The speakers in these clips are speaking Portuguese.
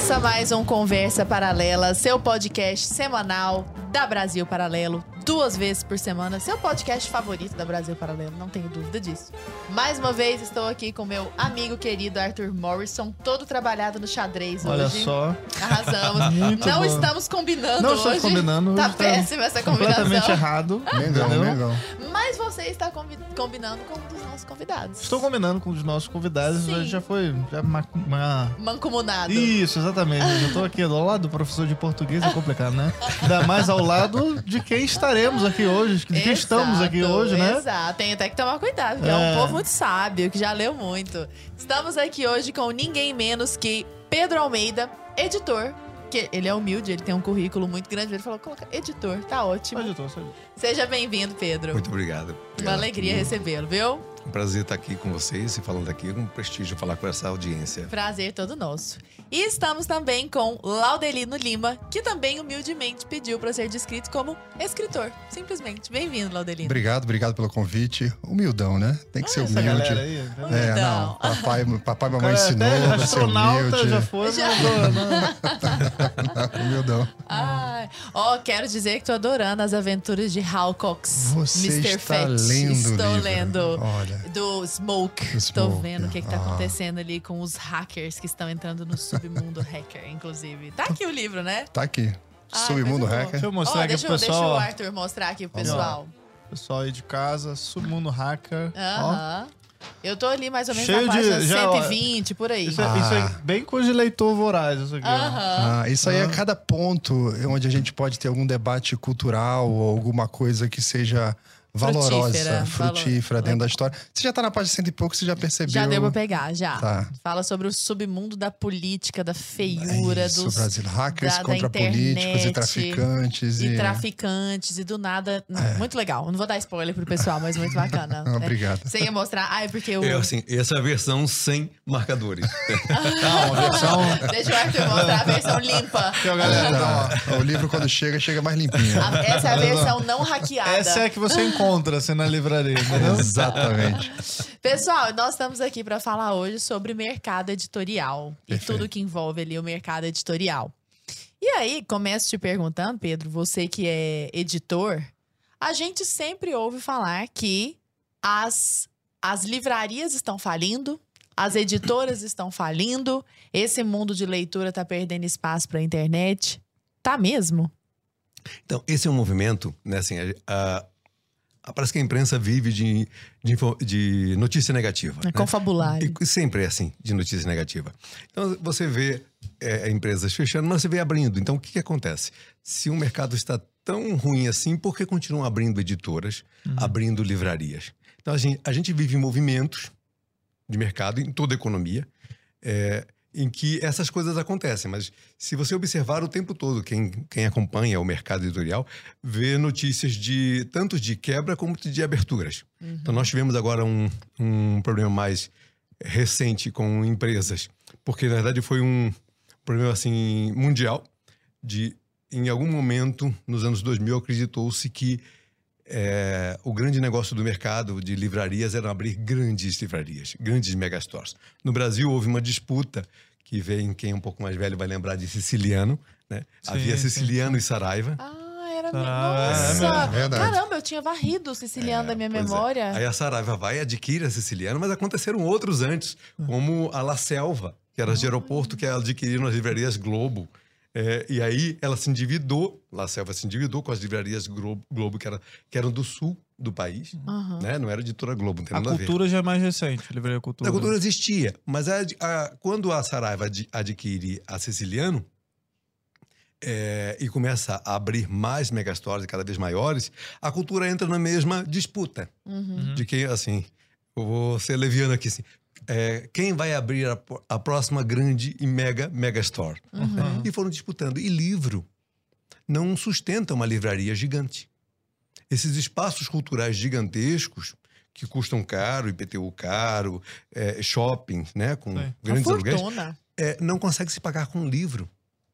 Começa mais um Conversa Paralela, seu podcast semanal da Brasil Paralelo, 2 vezes por semana, seu podcast favorito da Brasil Paralelo, não tenho dúvida disso. Mais uma vez estou aqui com meu amigo querido Arthur Morrison, todo trabalhado no xadrez hoje. Olha só. Arrasamos. Não estamos combinando não hoje. Não estamos combinando. Tá péssima essa combinação. Completamente errado. Mengão. Mas você está combinando com um dos nossos convidados. Estou combinando com um dos nossos convidados. Sim. Já foi mancomunado. Isso, exatamente. Eu já tô aqui ao lado do professor de português, é complicado, né? Ainda mais ao lado de quem estaremos aqui hoje, de quem estamos aqui hoje, né? Exato, tem até que tomar cuidado, porque é um povo muito sábio, que já leu muito. Estamos aqui hoje com ninguém menos que Pedro Almeida, editor. Que ele é humilde, ele tem um currículo muito grande. Ele falou, coloca editor, tá ótimo. Sou editor. Seja bem-vindo, Pedro. Muito obrigado. Uma alegria recebê-lo, viu? Um prazer estar aqui com vocês e falando aqui, um prestígio falar com essa audiência. Prazer todo nosso. E estamos também com Laudelino Lima, que também humildemente pediu para ser descrito como escritor. Simplesmente. Bem-vindo, Laudelino. Obrigado pelo convite. Humildão, né? Tem que ser humilde. Aí, não. Papai e mamãe ensinou pra ser humilde. Já foi, já. Humildão. Quero dizer que tô adorando as aventuras de Hal Cox. Você Mr. está Fett. lendo Estou o livro. lendo. Olha. Do Smoke. Tô vendo o que tá acontecendo ali com os hackers que estão entrando no submundo hacker, inclusive. Tá aqui o livro, né? Tá aqui. Submundo Hacker. Deixa eu mostrar aqui pro pessoal. Deixa o Arthur mostrar aqui pro pessoal. Pessoal aí de casa, Submundo Hacker. Eu tô ali mais ou menos cheio na página de 120, por aí. Isso é bem coisa de leitor voraz, isso aqui. Isso aí é cada ponto onde a gente pode ter algum debate cultural ou alguma coisa que seja valorosa, frutífera dentro da história. Você já tá na página 100 e pouco, você já percebeu? Já deu pra pegar, já. Tá. Fala sobre o submundo da política, da feiura, dos Brasil. Hackers contra políticos e traficantes. E traficantes, e do nada. Muito legal. Não vou dar spoiler pro pessoal, mas muito bacana. Obrigado. Você ia mostrar. É porque eu. Essa é a versão sem marcadores. Uma versão. Deixa o Arthur mostrar a versão limpa. O livro, quando chega mais limpinho. Essa é a versão não hackeada. Essa é a que você encontra assim na livraria, entendeu? Exatamente. Pessoal, nós estamos aqui para falar hoje sobre mercado editorial. Perfeito. E tudo que envolve ali o mercado editorial. E aí, começo te perguntando, Pedro, você que é editor, a gente sempre ouve falar que as livrarias estão falindo, as editoras estão falindo, esse mundo de leitura está perdendo espaço para a internet. Tá mesmo? Então, esse é um movimento, né, assim, parece que a imprensa vive de notícia negativa. É confabulário. E sempre é assim, de notícia negativa. Então, você vê empresas fechando, mas você vê abrindo. Então, o que acontece? Se o mercado está tão ruim assim, por que continuam abrindo editoras, abrindo livrarias? Então, a gente vive movimentos de mercado em toda a economia, em que essas coisas acontecem. Mas se você observar o tempo todo, quem acompanha o mercado editorial, vê notícias tanto de quebra como de aberturas. Então nós tivemos agora um problema mais recente com empresas, porque na verdade foi um problema assim, mundial, em algum momento, nos anos 2000, acreditou-se que o grande negócio do mercado de livrarias era abrir grandes livrarias, grandes megastores. No Brasil houve uma disputa que quem é um pouco mais velho vai lembrar de Siciliano, né? Havia Siciliano e Saraiva. Nossa! Caramba, eu tinha varrido o Siciliano da minha memória. Aí a Saraiva adquire a Siciliano, mas aconteceram outros antes, como a La Selva, que era de aeroporto, que adquiriram as livrarias Globo. E aí ela se endividou, La Selva se endividou com as livrarias Globo, que eram do sul do país, né? Não era editora Globo, não tem nada a ver. A cultura já é mais recente, livraria Cultura. A cultura existia, mas quando a Saraiva adquire a Siciliano e começa a abrir mais megastores cada vez maiores, a cultura entra na mesma disputa. De quem, assim, eu vou ser leviano aqui, assim, quem vai abrir a próxima grande e mega store. E foram disputando. E livro não sustenta uma livraria gigante. Esses espaços culturais gigantescos, que custam caro, IPTU caro, shopping, né, com grandes aluguéis, não consegue se pagar com um livro.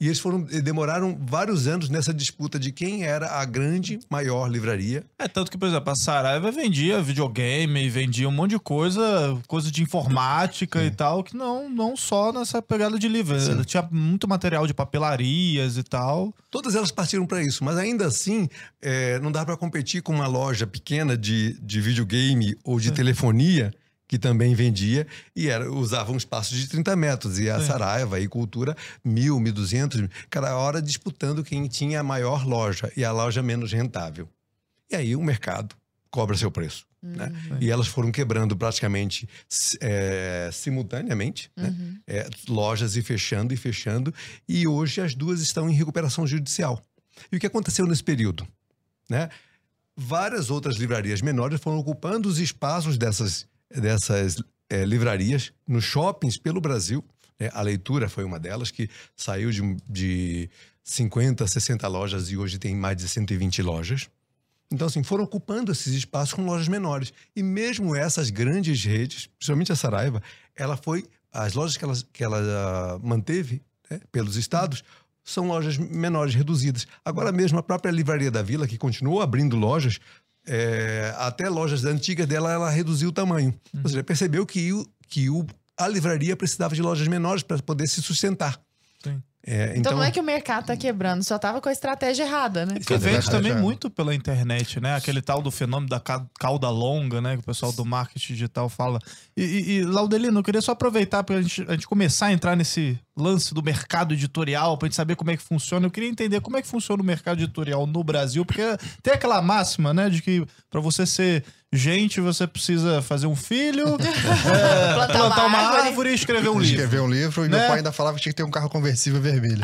E eles demoraram vários anos nessa disputa de quem era a grande, maior livraria. Tanto que, por exemplo, a Saraiva vendia videogame, vendia um monte de coisa de informática e tal, que não só nessa pegada de livro. Ela tinha muito material de papelarias e tal. Todas elas partiram para isso, mas ainda assim não dá para competir com uma loja pequena de videogame ou de telefonia, que também vendia e usava um espaço de 30 metros. E a Saraiva e Cultura, 1.000, 1.200, cada hora disputando quem tinha a maior loja e a loja menos rentável. E aí o mercado cobra seu preço. Né? E elas foram quebrando praticamente simultaneamente, né? Lojas e fechando. E hoje as duas estão em recuperação judicial. E o que aconteceu nesse período? Né? Várias outras livrarias menores foram ocupando os espaços dessas livrarias nos shoppings pelo Brasil. A Leitura foi uma delas, que saiu de 50, 60 lojas e hoje tem mais de 120 lojas. Então, assim, foram ocupando esses espaços com lojas menores. E mesmo essas grandes redes, principalmente a Saraiva, as lojas que ela manteve, né, pelos estados, são lojas menores, reduzidas. Agora mesmo, a própria Livraria da Vila, que continuou abrindo lojas, até lojas antigas dela, ela reduziu o tamanho. Ou seja, percebeu que a livraria precisava de lojas menores para poder se sustentar. Sim. Então não é que o mercado tá quebrando, só tava com a estratégia errada, né? Você vende também muito pela internet, né? Aquele tal do fenômeno da cauda longa, né? Que o pessoal do marketing digital fala. E Laudelino, eu queria só aproveitar pra gente começar a entrar nesse lance do mercado editorial, pra gente saber como é que funciona. Eu queria entender como é que funciona o mercado editorial no Brasil, porque tem aquela máxima, né? De que pra você ser gente, você precisa fazer um filho, plantar uma árvore e escrever um livro. Escrever um livro, e meu pai ainda falava que tinha que ter um carro conversível vermelho.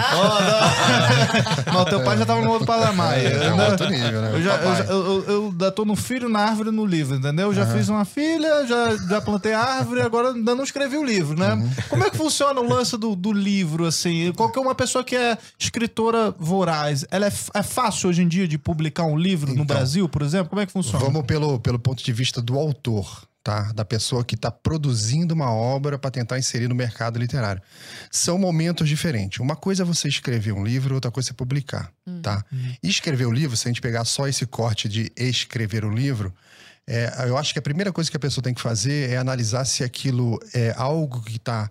Não, teu pai já tava no outro patamar. Outro nível, né? Eu ainda tô no filho, na árvore, no livro, entendeu? Já fiz uma filha, já plantei árvore, agora ainda não escrevi o livro, né? Como é que funciona o lance do livro, assim? Qualquer uma pessoa que é escritora voraz, ela é fácil hoje em dia de publicar um livro no Brasil, por exemplo? Como é que funciona? Vamos pelo ponto de vista do autor, tá? Da pessoa que está produzindo uma obra para tentar inserir no mercado literário. São momentos diferentes. Uma coisa é você escrever um livro, outra coisa é publicar, tá? E escrever o livro, se a gente pegar só esse corte de escrever o livro, eu acho que a primeira coisa que a pessoa tem que fazer é analisar se aquilo é algo que está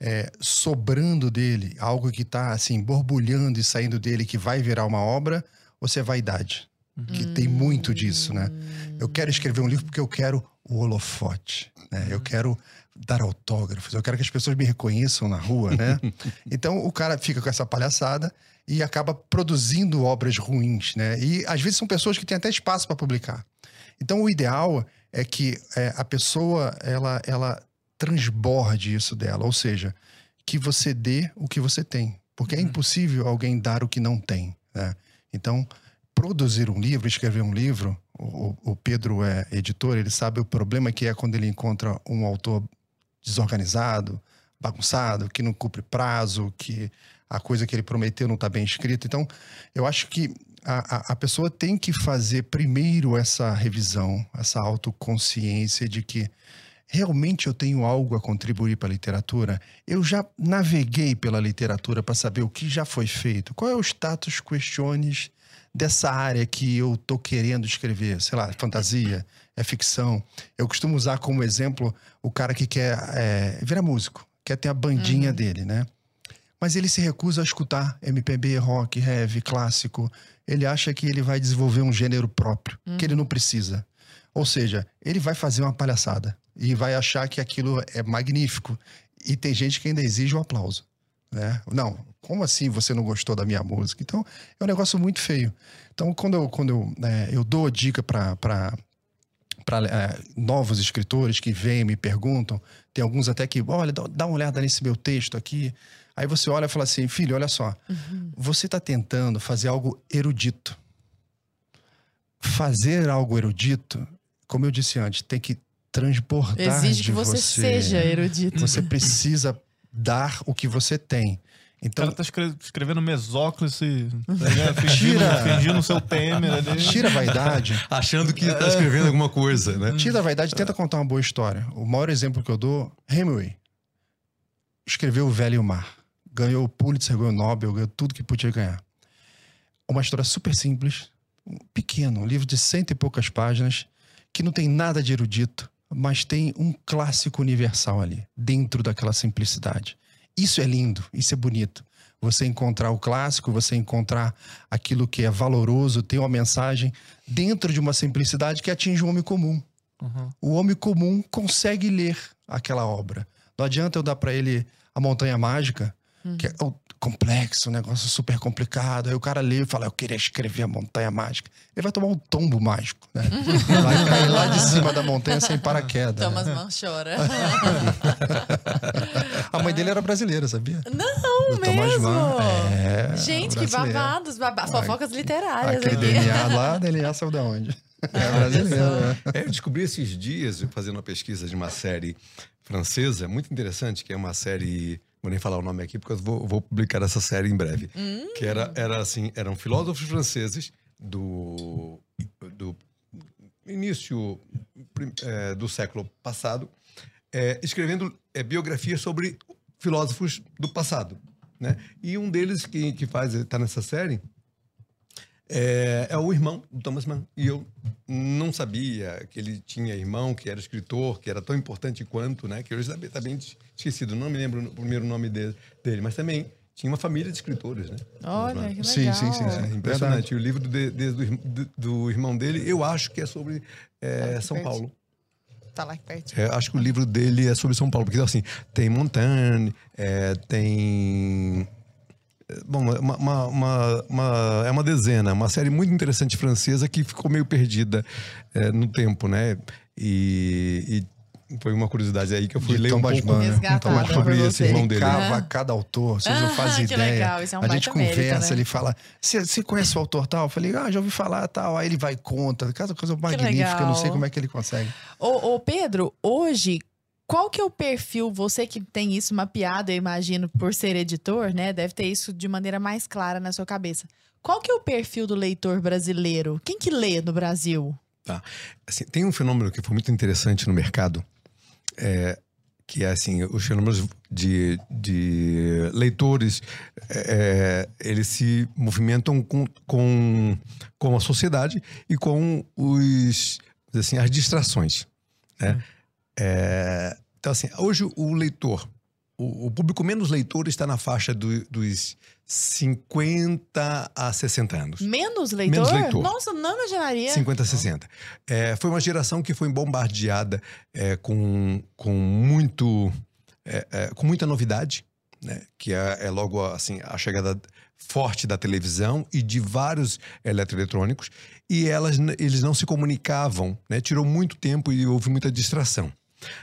sobrando dele, algo que está assim, borbulhando e saindo dele, que vai virar uma obra, ou se é vaidade. Que tem muito disso, né? Eu quero escrever um livro porque eu quero o holofote, né? Eu quero dar autógrafos, eu quero que as pessoas me reconheçam na rua, né? Então o cara fica com essa palhaçada e acaba produzindo obras ruins, né? E às vezes são pessoas que têm até espaço para publicar. Então o ideal é que a pessoa ela transborde isso dela, ou seja, que você dê o que você tem, porque é impossível alguém dar o que não tem, né? Então produzir um livro, escrever um livro, o Pedro é editor, ele sabe o problema que é quando ele encontra um autor desorganizado, bagunçado, que não cumpre prazo, que a coisa que ele prometeu não está bem escrita. Então, eu acho que a pessoa tem que fazer primeiro essa revisão, essa autoconsciência de que realmente eu tenho algo a contribuir para a literatura. Eu já naveguei pela literatura para saber o que já foi feito. Qual é o status questiones dessa área que eu tô querendo escrever? Sei lá, fantasia, é ficção. Eu costumo usar como exemplo o cara que quer virar músico, quer ter a bandinha dele, né? Mas ele se recusa a escutar MPB, rock, heavy, clássico. Ele acha que ele vai desenvolver um gênero próprio, que ele não precisa. Ou seja, ele vai fazer uma palhaçada e vai achar que aquilo é magnífico. E tem gente que ainda exige um aplauso, né? Não, como assim você não gostou da minha música? Então, é um negócio muito feio. Então, quando eu dou dica para novos escritores que vêm e me perguntam, tem alguns até que, olha, dá uma olhada nesse meu texto aqui. Aí você olha e fala assim, filho, olha só, você está tentando fazer algo erudito. Fazer algo erudito, como eu disse antes, tem que transbordar de você. Exige que você seja erudito. Você precisa dar o que você tem. Então, o cara tá escrevendo Mesóclise, fingindo o seu Temer ali. Tira a vaidade. Achando que tá escrevendo alguma coisa, né? Tira a vaidade e tenta contar uma boa história. O maior exemplo que eu dou, Hemingway escreveu O Velho e o Mar. ganhou o Pulitzer, ganhou o Nobel, ganhou tudo que podia ganhar. Uma história super simples, pequeno, um livro de 100 e poucas páginas, que não tem nada de erudito, mas tem um clássico universal ali, dentro daquela simplicidade. Isso é lindo, isso é bonito. Você encontrar o clássico, você encontrar aquilo que é valoroso, tem uma mensagem dentro de uma simplicidade que atinge o homem comum. Uhum. O homem comum consegue ler aquela obra. Não adianta eu dar para ele A Montanha Mágica, que é complexo, um negócio super complicado. Aí o cara lê e fala, eu queria escrever A Montanha Mágica. Ele vai tomar um tombo mágico, né? Vai cair lá de cima da montanha sem paraquedas. Thomas Né? Mann chora. A mãe dele era brasileira, sabia? Não, Do Thomas mesmo? Mann. Gente, que brasileira. babados, fofocas literárias Aquele aqui. DNA lá, DNA saiu de onde? É brasileiro, né? Eu descobri esses dias, fazendo uma pesquisa de uma série francesa, muito interessante, que é uma série... Vou nem falar o nome aqui, porque eu vou publicar essa série em breve. Que era assim, eram filósofos franceses do início do século passado, escrevendo biografias sobre filósofos do passado, né? E um deles que está nessa série é o irmão do Thomas Mann. E eu não sabia que ele tinha irmão, que era escritor, que era tão importante quanto, né? Que hoje está bem esquecido, não me lembro o primeiro nome dele, mas também tinha uma família de escritores, né? Olha, que legal. Sim. É impressionante. O livro do irmão dele, eu acho que é sobre São perto. Paulo. Tá lá pertinho. Acho que o livro dele é sobre São Paulo, porque assim, tem Montaigne, tem... Bom, é uma dezena, uma série muito interessante francesa que ficou meio perdida no tempo, né? E foi uma curiosidade aí que eu fui ler um pouco Resgatada sobre por esse você. irmão dele. Cava cada autor, vocês não fazem que ideia. legal, isso é um a gente baita mérito, conversa, né? ele fala, você conhece o autor tal? Eu falei, já ouvi falar tal. Aí ele vai e conta, cada coisa magnífica, eu não sei legal. como é que ele consegue. Ô, Pedro, hoje, qual que é o perfil, você que tem isso mapeado, eu imagino, por ser editor, né? Deve ter isso de maneira mais clara na sua cabeça. Qual que é o perfil do leitor brasileiro? Quem que lê no Brasil? Tá. Assim, tem um fenômeno que foi muito interessante no mercado, que é assim, os fenômenos de leitores, eles se movimentam com a sociedade e com as distrações, né? Então, assim, hoje o leitor, o público menos leitor está na faixa dos 50 a 60 anos. Menos leitor? Menos leitor. Nossa, não imaginaria. 50 a 60. Foi uma geração que foi bombardeada com muita novidade, né? Que é logo assim, a chegada forte da televisão e de vários eletroeletrônicos, e eles não se comunicavam, né? Tirou muito tempo e houve muita distração.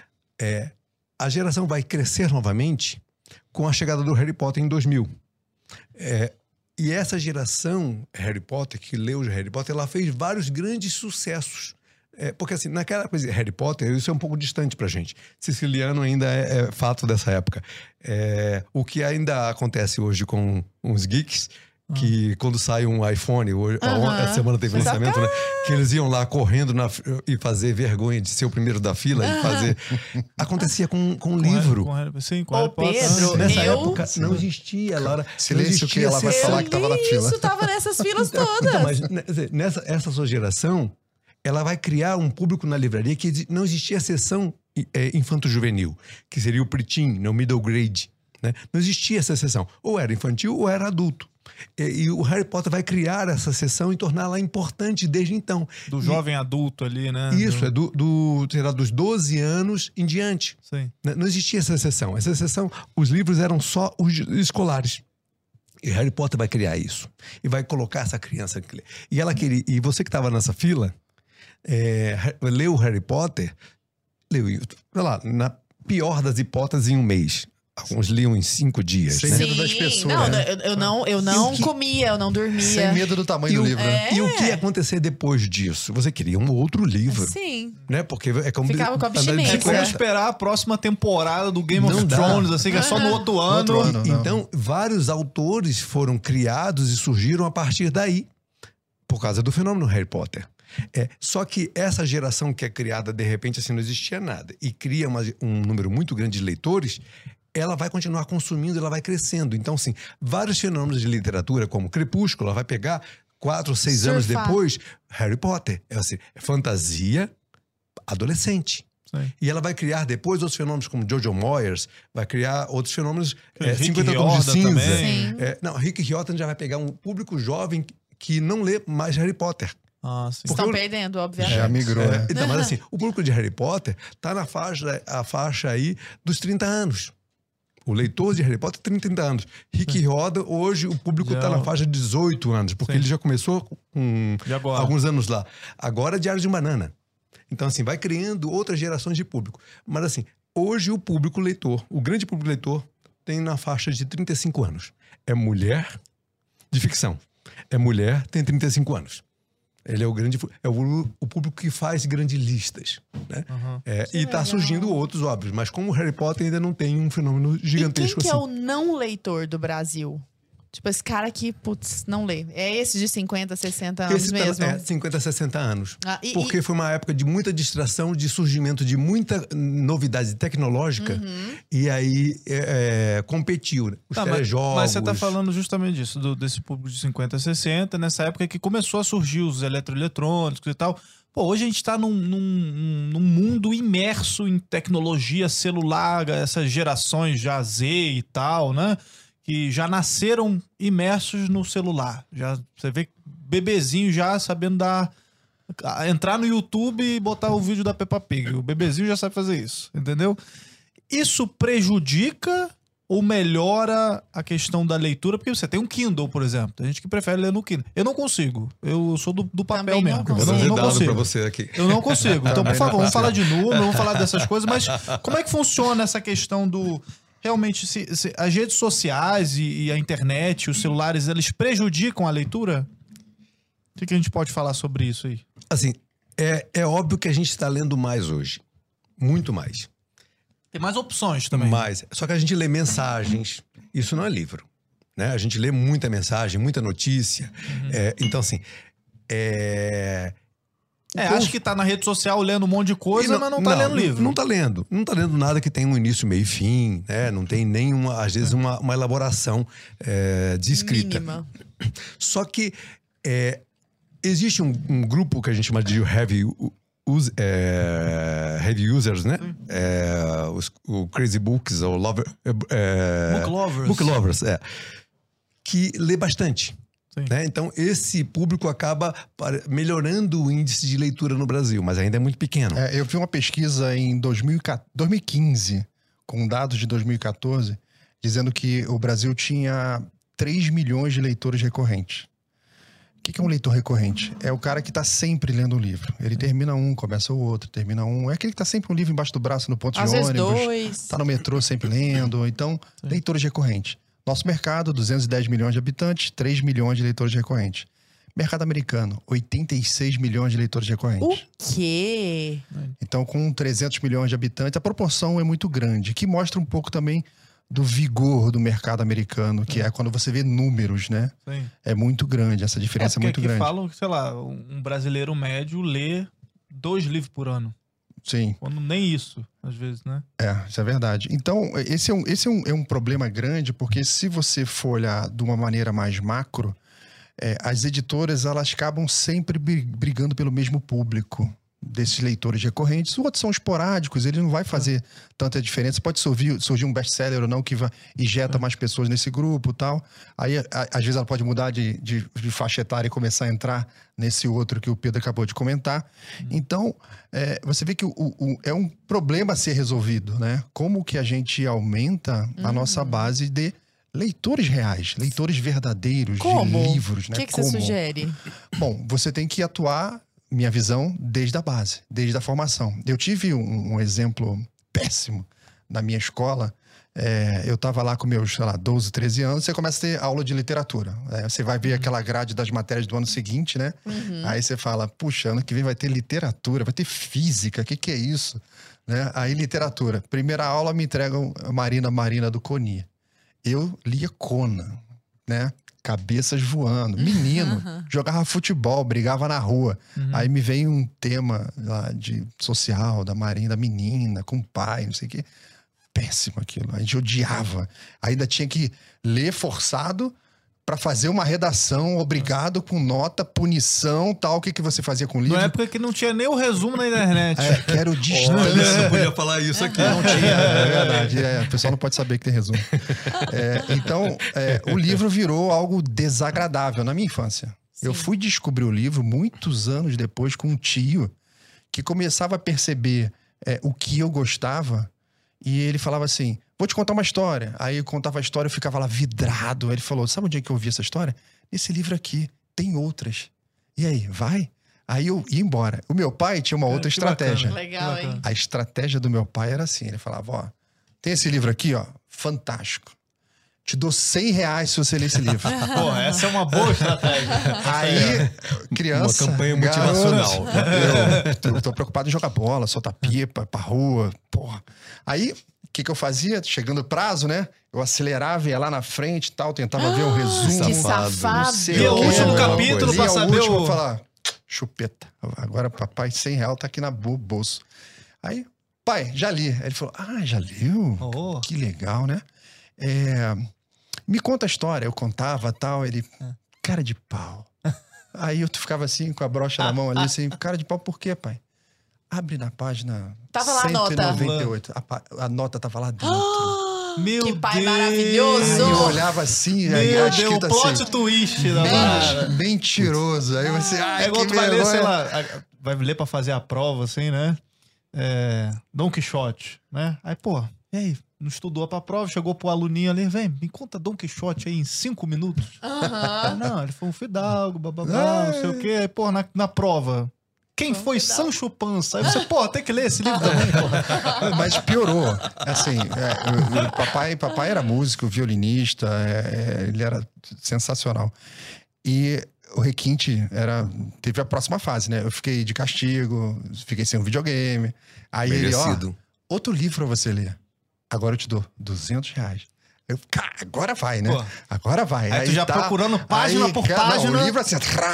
A geração vai crescer novamente com a chegada do Harry Potter em 2000. E essa geração Harry Potter, que leu Harry Potter, ela fez vários grandes sucessos. Porque assim, naquela coisa de Harry Potter, isso é um pouco distante pra gente. Siciliano ainda é fato dessa época. O que ainda acontece hoje com uns geeks, que quando sai um iPhone, essa semana teve lançamento, né? Que eles iam lá correndo e fazer vergonha de ser o primeiro da fila e fazer... Acontecia com livro. Sim, com Ô, Harry Potter. Pedro, Nessa eu- época não existia, Laura. Silêncio que ela vai falar que tava na fila. Isso, tava nessas filas todas. Então, mas essa sua geração, ela vai criar um público na livraria que não existia a seção infanto-juvenil, que seria o preteen, no middle grade, né? Não existia essa seção. Ou era infantil ou era adulto. E o Harry Potter vai criar essa seção e torná-la importante desde então. Do jovem adulto ali, né? Isso, será dos 12 anos em diante. Sim. Não existia essa seção. Essa seção, os livros eram só os escolares. E Harry Potter vai criar isso. E vai colocar essa criança. E você que estava nessa fila, leu Harry Potter, leu, sei lá, na pior das hipóteses, em um mês. Alguns liam em 5 dias. Sem né? medo das pessoas, Não, né? eu não comia, eu não dormia. Sem medo do tamanho do livro, né? E o que ia acontecer depois disso? Você queria um outro livro. Sim. Né? Porque é como Ficava com andar de abstinência. É como bicicleta. esperar a próxima temporada do Game Não of dá. Thrones, assim, que é só no outro ano. outro ano. Não. Então, vários autores foram criados e surgiram a partir daí, por causa do fenômeno Harry Potter. Só que essa geração que é criada, de repente, assim, não existia nada, e cria um número muito grande de leitores, ela vai continuar consumindo, ela vai crescendo. Então, assim, vários fenômenos de literatura, como Crepúsculo, ela vai pegar 4 ou 6 anos depois, Harry Potter. É assim, é fantasia adolescente. Sim. E ela vai criar depois outros fenômenos como Jojo Moyes, vai criar outros fenômenos, Rick 50 Tons de Cinza. Sim. Não, Rick Riordan já vai pegar um público jovem que não lê mais Harry Potter. Ah, sim. Estão perdendo, obviamente. Já migrou, né? Então, mas assim, o público de Harry Potter tá na faixa aí dos 30 anos. O leitor de Harry Potter tem 30 anos. Rick Riordan, hoje o público Já- tá na faixa de 18 anos, porque Sim. ele já começou com E agora? alguns anos lá. Agora é Diário de um Banana. Então, assim, vai criando outras gerações de público. Mas, assim, hoje o público leitor, o grande público leitor, tem na faixa de 35 anos. É mulher de ficção. É mulher, tem 35 anos. Ele é o público que faz grandes listas, né? Uhum. E tá surgindo outros, óbvios. Mas como o Harry Potter ainda não tem um fenômeno E quem gigantesco que assim. é o não leitor do Brasil? Tipo, esse cara que, putz, não lê. É esse de 50, 60 anos Esse mesmo? é 50, 60 anos. Ah, Porque foi uma época de muita distração, de surgimento de muita novidade tecnológica. Uhum. E aí competiu. Né? Os Tá, telejogos. mas você tá falando justamente disso, desse público de 50 a 60, nessa época que começou a surgir os eletroeletrônicos e tal. Pô, hoje a gente tá num mundo imerso em tecnologia celular, essas gerações já Z e tal, né? Que já nasceram imersos no celular. Já, você vê bebezinho já sabendo entrar no YouTube e botar o vídeo da Peppa Pig. O bebezinho já sabe fazer isso, entendeu? Isso prejudica ou melhora a questão da leitura? Porque você tem um Kindle, por exemplo. Tem gente que prefere ler no Kindle. Eu não consigo. Eu sou do papel Também não mesmo. consigo. Eu Vou não, trazer não dado pra consigo. você aqui. Eu não consigo. Então, por Também favor, não vamos falar de número, vamos falar dessas coisas, mas como é que funciona essa questão do... Realmente, se as redes sociais e a internet, os celulares, eles prejudicam a leitura? O que a gente pode falar sobre isso aí? Assim, é óbvio que a gente está lendo mais hoje. Muito mais. Tem mais opções também. Mais. Só que a gente lê mensagens. Isso não é livro. Né? A gente lê muita mensagem, muita notícia. Então, assim... acho que tá na rede social lendo um monte de coisa, mas não tá lendo livro. Não tá lendo. Não tá lendo nada que tenha um início, meio e fim, né? Não tem nenhuma, às vezes, uma elaboração de escrita. Mínima. Só que existe um grupo que a gente chama de heavy users, né? O Crazy Books, ou Book Lovers, que lê bastante. Né? Então, esse público acaba melhorando o índice de leitura no Brasil, mas ainda é muito pequeno. Eu vi uma pesquisa em 2015, com dados de 2014, dizendo que o Brasil tinha 3 milhões de leitores recorrentes. O que é um leitor recorrente? É o cara que está sempre lendo um livro. Ele termina um, começa o outro, termina um. É aquele que está sempre um livro embaixo do braço no ponto Às de vezes ônibus. 2. Tá no metrô sempre lendo. Então, leitores recorrentes. Nosso mercado, 210 milhões de habitantes, 3 milhões de leitores recorrentes. Mercado americano, 86 milhões de leitores recorrentes. O quê? Então, com 300 milhões de habitantes, a proporção é muito grande, que mostra um pouco também do vigor do mercado americano, que é quando você vê números, né? Sim. É muito grande, essa diferença é muito grande. Falam que, sei lá, um brasileiro médio lê 2 livros por ano. Sim. Quando nem isso, às vezes, né? Isso é verdade. Então, esse é um problema grande, porque se você for olhar de uma maneira mais macro, as editoras, elas acabam sempre brigando pelo mesmo público desses leitores recorrentes. Os outros são esporádicos, ele não vai fazer tanta diferença. Pode surgir um best-seller ou não que injeta mais pessoas nesse grupo e tal. Aí, às vezes, ela pode mudar de faixa etária e começar a entrar nesse outro que o Pedro acabou de comentar. Então, você vê que é um problema a ser resolvido, né? Como que a gente aumenta a nossa base de leitores reais, leitores verdadeiros Como? de livros, né? O que você sugere? Bom, você tem que atuar, minha visão, desde a base, desde a formação. Eu tive um exemplo péssimo na minha escola. Eu estava lá com meus, 12, 13 anos, você começa a ter aula de literatura. Você vai ver aquela grade das matérias do ano seguinte, né? Aí você fala, puxa, ano que vem vai ter literatura, vai ter física, o que é isso? Né? Aí literatura. Primeira aula me entregam Marina do Coni. Eu lia Conan, né? Cabeças voando. Menino, jogava futebol, brigava na rua. Aí me vem um tema lá de social, da Marina, da menina, com o pai, não sei o quê. péssimo aquilo. A gente odiava. Ainda tinha que ler forçado pra fazer uma redação, obrigado, com nota, punição, tal. O que você fazia com o livro? Na época que não tinha nem o resumo na internet. Que era o Olha, distância. eu podia falar isso aqui. Não tinha, é verdade. O pessoal não pode saber que tem resumo. Então, o livro virou algo desagradável na minha infância. Sim. Eu fui descobrir o livro muitos anos depois com um tio que começava a perceber o que eu gostava e ele falava assim, vou te contar uma história. Aí eu contava a história, eu ficava lá vidrado. Aí ele falou, sabe onde é que eu ouvi essa história? Nesse livro aqui, tem outras. E aí, vai? Aí eu ia embora. O meu pai tinha uma outra que estratégia. bacana. Legal, hein? A estratégia do meu pai era assim, ele falava, ó, tem esse livro aqui, ó, fantástico. Te dou R$100 se você ler esse livro. Pô, essa é uma boa estratégia. Aí, criança... Uma campanha motivacional. Eu tô preocupado em jogar bola, soltar pipa, pra rua, porra. Aí, o que eu fazia? Chegando o prazo, né? Eu acelerava, ia lá na frente e tal, tentava ver um resumo. Que Safado. safado. Não sei E o quê. último Alguma capítulo coisa. pra E saber último, o... falar, chupeta. Agora, papai, R$100 tá aqui no bolso. Aí, pai, já li. Aí ele falou, já leu? Oh. Que legal, né? Me conta a história. Eu contava tal, ele, cara de pau. Aí eu ficava assim, com a brocha na mão ali, assim, cara de pau, por quê, pai? Abre na página Tava lá a nota. 198. A nota tava lá dentro. Meu Que pai Deus. maravilhoso. Aí eu olhava assim, aí Meu a Deus, o escrita plot assim, twist da parada. mentiroso. Aí você, É igual que tu vai ler, sei vergonha. lá, vai ler pra fazer a prova, assim, né? Dom Quixote, né? Aí, pô, e aí? Não estudou pra prova, chegou pro aluninho ali, vem, me conta Dom Quixote aí em 5 minutos. Aham. Não, ele foi um fidalgo, bababá, não sei o quê. Aí, pô, na prova, quem Foi um foi fidalgo. Sancho Panza? Aí você, pô, tem que ler esse livro também, pô. Mas piorou. Assim, o papai era músico, violinista, ele era sensacional. E o requinte teve a próxima fase, né? Eu fiquei de castigo, fiquei sem um videogame. Aí ele, Merecido. outro livro pra você ler. Agora eu te dou R$200. Eu, cara, agora vai, né? Pô. Agora vai. Aí tu já procurando página por página. Não, o livro assim...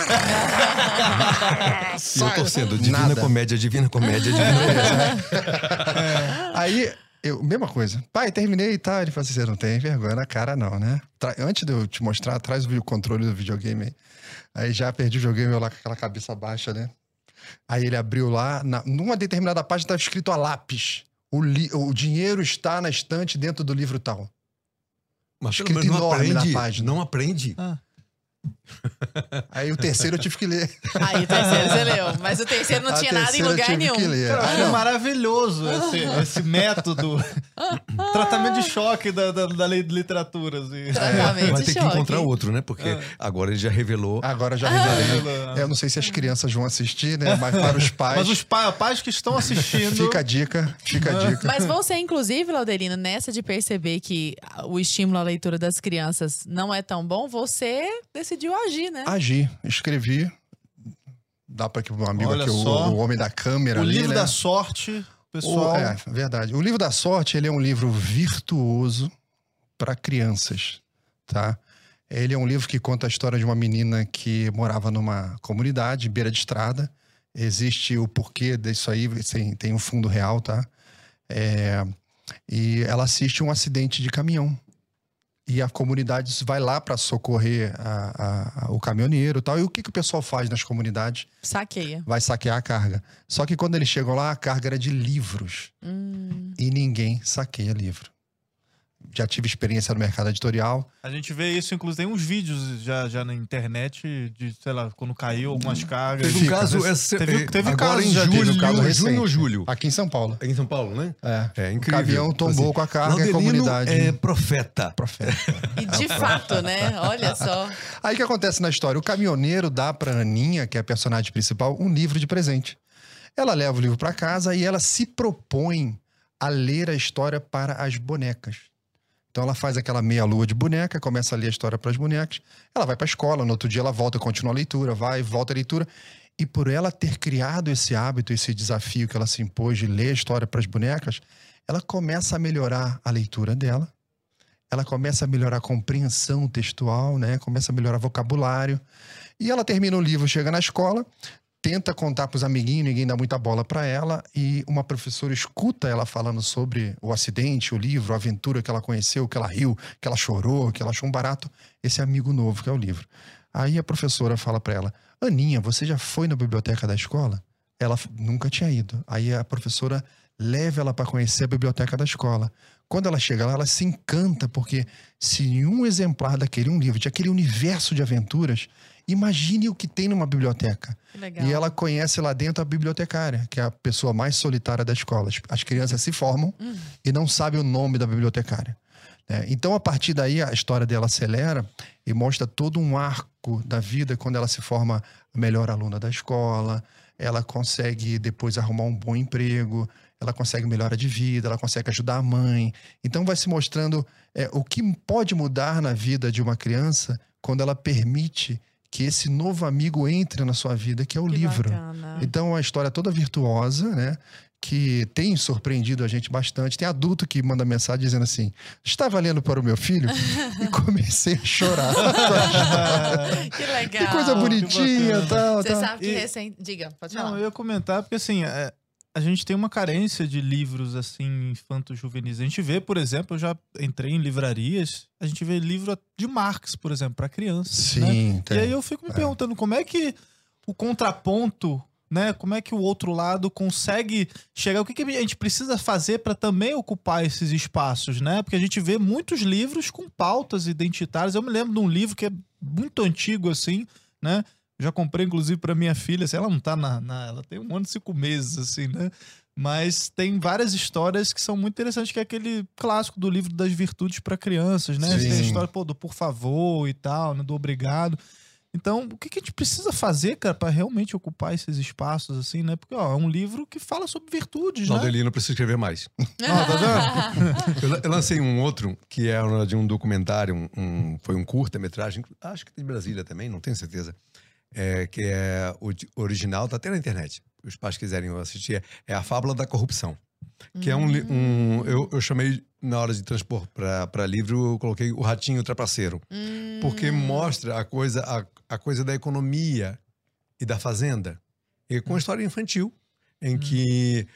E eu torcendo, Divina Nada. Comédia, Divina Comédia, Divina Comédia. Aí, mesma coisa. Pai, terminei e tal. Ele falou assim, você não tem vergonha na cara não, né? Antes de eu te mostrar, traz o controle do videogame aí. Aí já perdi o videogame, eu lá com aquela cabeça baixa, né? Aí ele abriu lá, numa determinada página estava escrito a lápis. O dinheiro está na estante dentro do livro tal. Mas Escrito pelo menos não enorme na aprende. página. Não aprende. Aí o terceiro eu tive que ler. Aí o terceiro você leu. Mas o terceiro não A tinha nada em terceira eu lugar tive nenhum. que ler. Cara, Ah, achei não. maravilhoso esse método. Tratamento de choque da lei de literatura. Assim. Tratamento Vai de ter que choque. encontrar outro, né? Porque agora ele já revelou. Agora já revelei. Ah. Eu não sei se as crianças vão assistir, né? Mas para os pais, Mas os pais que estão assistindo. fica a dica, fica a dica. Mas você, inclusive, Laudelino, nessa de perceber que o estímulo à leitura das crianças não é tão bom, você decidiu agir, né? Agir, escrevi. Dá para que um amigo Olha aqui, só. o homem da câmera O ali, livro né? da sorte, pessoal. Verdade. O livro da sorte, ele é um livro virtuoso para crianças, tá? Ele é um livro que conta a história de uma menina que morava numa comunidade, beira de estrada. Existe o porquê disso aí, tem um fundo real, tá? E ela assiste um acidente de caminhão. E a comunidade vai lá para socorrer o caminhoneiro e tal. E o que o pessoal faz nas comunidades? Saqueia. Vai saquear a carga. Só que quando eles chegam lá, a carga era de livros. E ninguém saqueia livro. Já tive experiência no mercado editorial. A gente vê isso, inclusive, tem uns vídeos já na internet de, sei lá, quando caiu algumas cargas. Teve um caso. Teve agora caso em já. julho, teve um caso junho recente. ou julho? Aqui em São Paulo. Em São Paulo, né? É. É O incrível. caminhão tombou com a carga e a Laudelino comunidade. é profeta. Profeta. E de fato, né? Olha só. Aí o que acontece na história? O caminhoneiro dá pra Aninha, que é a personagem principal, um livro de presente. Ela leva o livro pra casa e ela se propõe a ler a história para as bonecas. Então ela faz aquela meia-lua de boneca, começa a ler a história para as bonecas. Ela vai para a escola, no outro dia ela volta, continua a leitura, vai, volta a leitura. E por ela ter criado esse hábito, esse desafio que ela se impôs de ler a história para as bonecas, ela começa a melhorar a leitura dela. Ela começa a melhorar a compreensão textual, né? Começa a melhorar o vocabulário. E ela termina o livro, chega na escola, tenta contar pros amiguinhos, ninguém dá muita bola para ela, e uma professora escuta ela falando sobre o acidente, o livro, a aventura que ela conheceu, que ela riu, que ela chorou, que ela achou um barato, esse amigo novo que é o livro. Aí a professora fala para ela: Aninha, você já foi na biblioteca da escola? Ela nunca tinha ido. Aí a professora leva ela para conhecer a biblioteca da escola. Quando ela chega lá, ela se encanta, porque se em um exemplar daquele, um livro, de aquele universo de aventuras, imagine o que tem numa biblioteca. Que legal. E ela conhece lá dentro a bibliotecária, que é a pessoa mais solitária da escola. As crianças se formam e não sabem o nome da bibliotecária. Então, a partir daí, a história dela acelera e mostra todo um arco da vida, quando ela se forma a melhor aluna da escola, ela consegue depois arrumar um bom emprego, ela consegue melhora de vida, ela consegue ajudar a mãe. Então vai se mostrando o que pode mudar na vida de uma criança quando ela permite que esse novo amigo entre na sua vida, que é o livro. Bacana. Então é uma história toda virtuosa, né? Que tem surpreendido a gente bastante. Tem adulto que manda mensagem dizendo assim: estava lendo para o meu filho e comecei a chorar. Que legal. Que coisa bonitinha e tal. Você sabe que recente... Diga, pode falar. Não, eu ia comentar, porque assim, a gente tem uma carência de livros, assim, infanto-juvenis. A gente vê, por exemplo, eu já entrei em livrarias, a gente vê livro de Marx, por exemplo, para crianças. Sim, né? tem. E aí eu fico me perguntando como é que o contraponto, né? Como é que o outro lado consegue chegar? O que a gente precisa fazer para também ocupar esses espaços, né? Porque a gente vê muitos livros com pautas identitárias. Eu me lembro de um livro que é muito antigo, assim, né? Já comprei, inclusive, para minha filha. Assim, ela não tá ela tem 1 ano e 5 meses, assim, né? Mas tem várias histórias que são muito interessantes, que é aquele clássico do livro das virtudes para crianças, né? Sim. Tem a história, do por favor e tal, né? Do obrigado. Então, o que a gente precisa fazer, cara, para realmente ocupar esses espaços, assim, né? Porque, ó, é um livro que fala sobre virtudes, né? Laudelino, precisa escrever mais. Tá vendo? Eu lancei um outro, que é de um documentário, foi um curta-metragem, acho que tem de Brasília também, não tenho certeza. Que é o original, tá até na internet. Os pais quiserem assistir. É A Fábula da Corrupção. Que é eu chamei, na hora de transpor para livro, eu coloquei O Ratinho Trapaceiro. Porque mostra a coisa da economia e da fazenda. E com uma história infantil, em que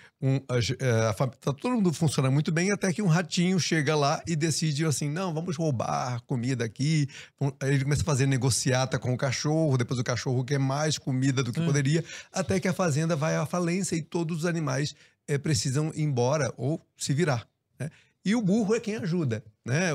tá todo mundo funciona muito bem, até que um ratinho chega lá e decide assim: não, vamos roubar comida aqui. Aí ele começa a fazer negociata com o cachorro, depois o cachorro quer mais comida do que poderia, até que a fazenda vai à falência e todos os animais precisam ir embora ou se virar, né? E o burro é quem ajuda, né?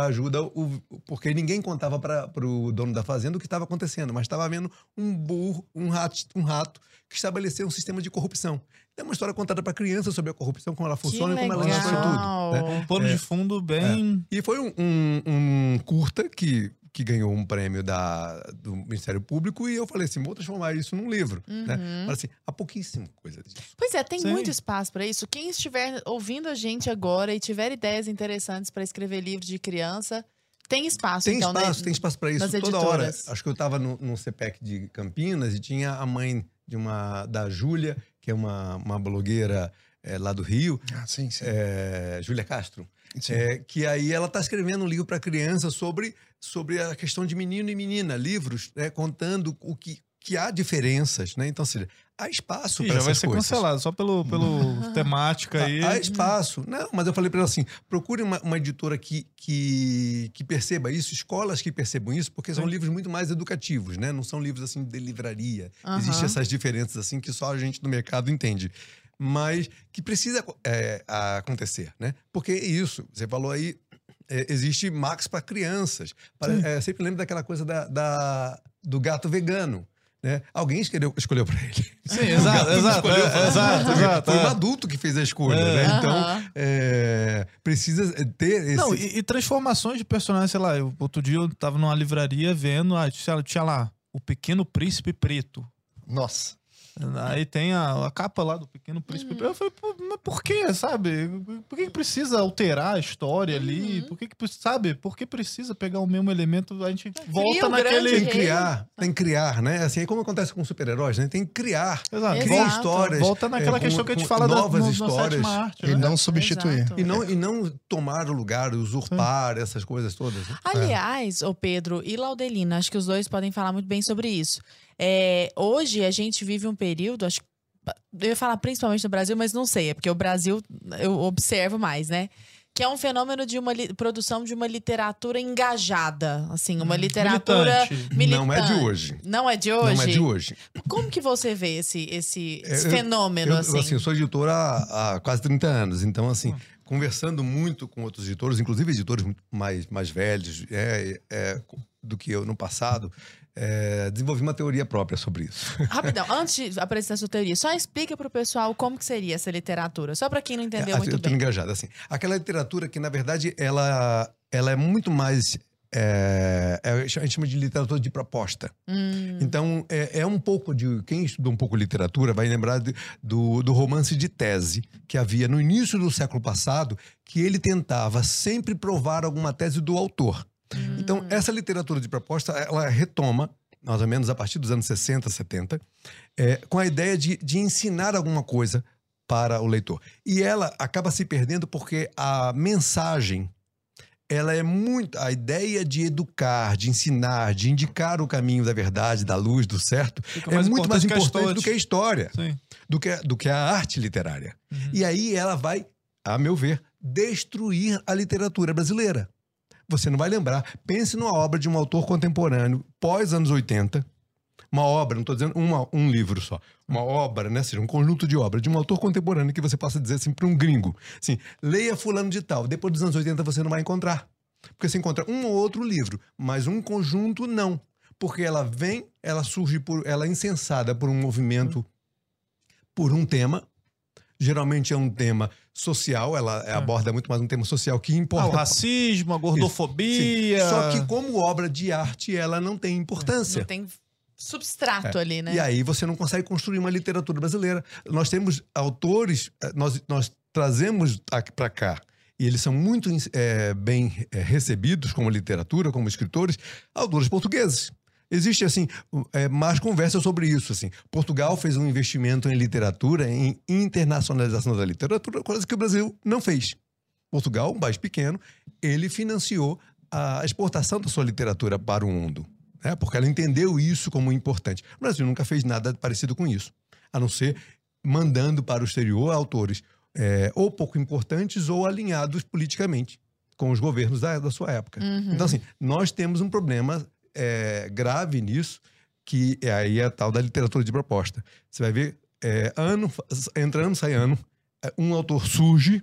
Porque ninguém contava para o dono da fazenda o que estava acontecendo, mas estava havendo um rato que estabeleceu um sistema de corrupção. É uma história contada para criança sobre a corrupção, como ela funciona e como ela destrói tudo, né? Um pano de fundo bem... E foi um curta que ganhou um prêmio do Ministério Público, e eu falei assim: vou transformar isso num livro, né? Mas assim, há pouquíssima coisa disso. Pois é, tem Sim. muito espaço para isso. Quem estiver ouvindo a gente agora e tiver ideias interessantes para escrever livros de criança, tem espaço. Tem então, espaço, tem espaço para isso nas toda hora. editoras. Acho que eu estava no CPEC de Campinas e tinha a mãe da Júlia, que é uma blogueira lá do Rio, Sim, sim. Júlia Castro, Sim. que aí ela está escrevendo um livro para criança sobre a questão de menino e menina, livros, né, contando o que há diferenças, né? Então, ou seja, há espaço para já essas vai ser coisas. cancelado, só pelo temática aí. Há espaço. Não, mas eu falei para ela assim: procure uma editora que perceba isso, escolas que percebam isso, porque são livros muito mais educativos, né? Não são livros assim de livraria. Existem essas diferenças assim que só a gente do mercado entende. Mas que precisa acontecer, né? Porque isso, você falou aí, existe Max para crianças. Sempre lembro daquela coisa do gato vegano, né? Alguém escolheu para ele. Sim, exato. Foi um adulto que fez a escolha, né? Então, precisa ter esse... Não, e transformações de personagens, sei lá, outro dia eu tava numa livraria vendo, tinha lá o Pequeno Príncipe Preto. Nossa. Aí tem a capa lá do Pequeno Príncipe Preto. Eu falei, pô, mas por que, sabe? Por que precisa alterar a história ali? Por que sabe? Por que precisa pegar o mesmo elemento? A gente volta naquele... Tem que criar, né? Assim, é como acontece com super-heróis, né? Tem que criar. Exato. Criar histórias. Volta naquela questão que a gente fala novas histórias. histórias. E não substituir. Exato. E não tomar o lugar, usurpar essas coisas todas, né? Aliás, ô Pedro e Laudelina, acho que os dois podem falar muito bem sobre isso. Hoje a gente vive um período, acho que eu ia falar principalmente no Brasil, mas não sei, é porque o Brasil eu observo mais, né? Que é um fenômeno de produção de uma literatura engajada, assim, uma literatura militante. Não é de hoje. Não é de hoje? Não é de hoje. Como que você vê esse fenômeno, assim? Eu sou editor há quase 30 anos, então, assim, conversando muito com outros editores, inclusive editores muito mais velhos do que eu no passado, desenvolvi uma teoria própria sobre isso. Rapidão, antes de apresentar sua teoria, só explica pro pessoal como que seria essa literatura, só para quem não entendeu muito eu tô bem. engajado, assim. Aquela literatura que, na verdade, ela é muito mais... a gente chama de literatura de proposta. Então, é um pouco de... Quem estudou um pouco literatura vai lembrar do romance de tese que havia no início do século passado, que ele tentava sempre provar alguma tese do autor. Então, essa literatura de proposta, ela retoma, mais ou menos a partir dos anos 60, 70, com a ideia de ensinar alguma coisa para o leitor. E ela acaba se perdendo porque a mensagem, ela é muito... A ideia de educar, de ensinar, de indicar o caminho da verdade, da luz, do certo, é muito mais importante do que a história, do que a arte literária. E aí ela vai, a meu ver, destruir a literatura brasileira. Você não vai lembrar. Pense numa obra de um autor contemporâneo, pós-anos 80. Uma obra, não estou dizendo um livro só. Uma obra, né? Ou seja, um conjunto de obras de um autor contemporâneo que você possa dizer assim para um gringo. Assim, leia fulano de tal. Depois dos anos 80 você não vai encontrar. Porque você encontra um ou outro livro, mas um conjunto não. Porque ela surge, ela é incensada por um movimento, por um tema. Geralmente é um tema social, ela aborda muito mais um tema social que importa. O racismo, a gordofobia. Sim. Só que como obra de arte, ela não tem importância. Não tem substrato ali, né? E aí você não consegue construir uma literatura brasileira. Nós temos autores, nós trazemos para cá, e eles são muito bem recebidos como literatura, como escritores, autores portugueses. Existe, assim, mais conversa sobre isso, assim. Portugal fez um investimento em literatura, em internacionalização da literatura, coisa que o Brasil não fez. Portugal, um país pequeno, ele financiou a exportação da sua literatura para o mundo, né? Porque ela entendeu isso como importante. O Brasil nunca fez nada parecido com isso, a não ser mandando para o exterior autores ou pouco importantes ou alinhados politicamente com os governos da sua época. Então, assim, nós temos um problema grave nisso, que aí é a tal da literatura de proposta. Você vai ver, entra ano, sai ano, um autor surge,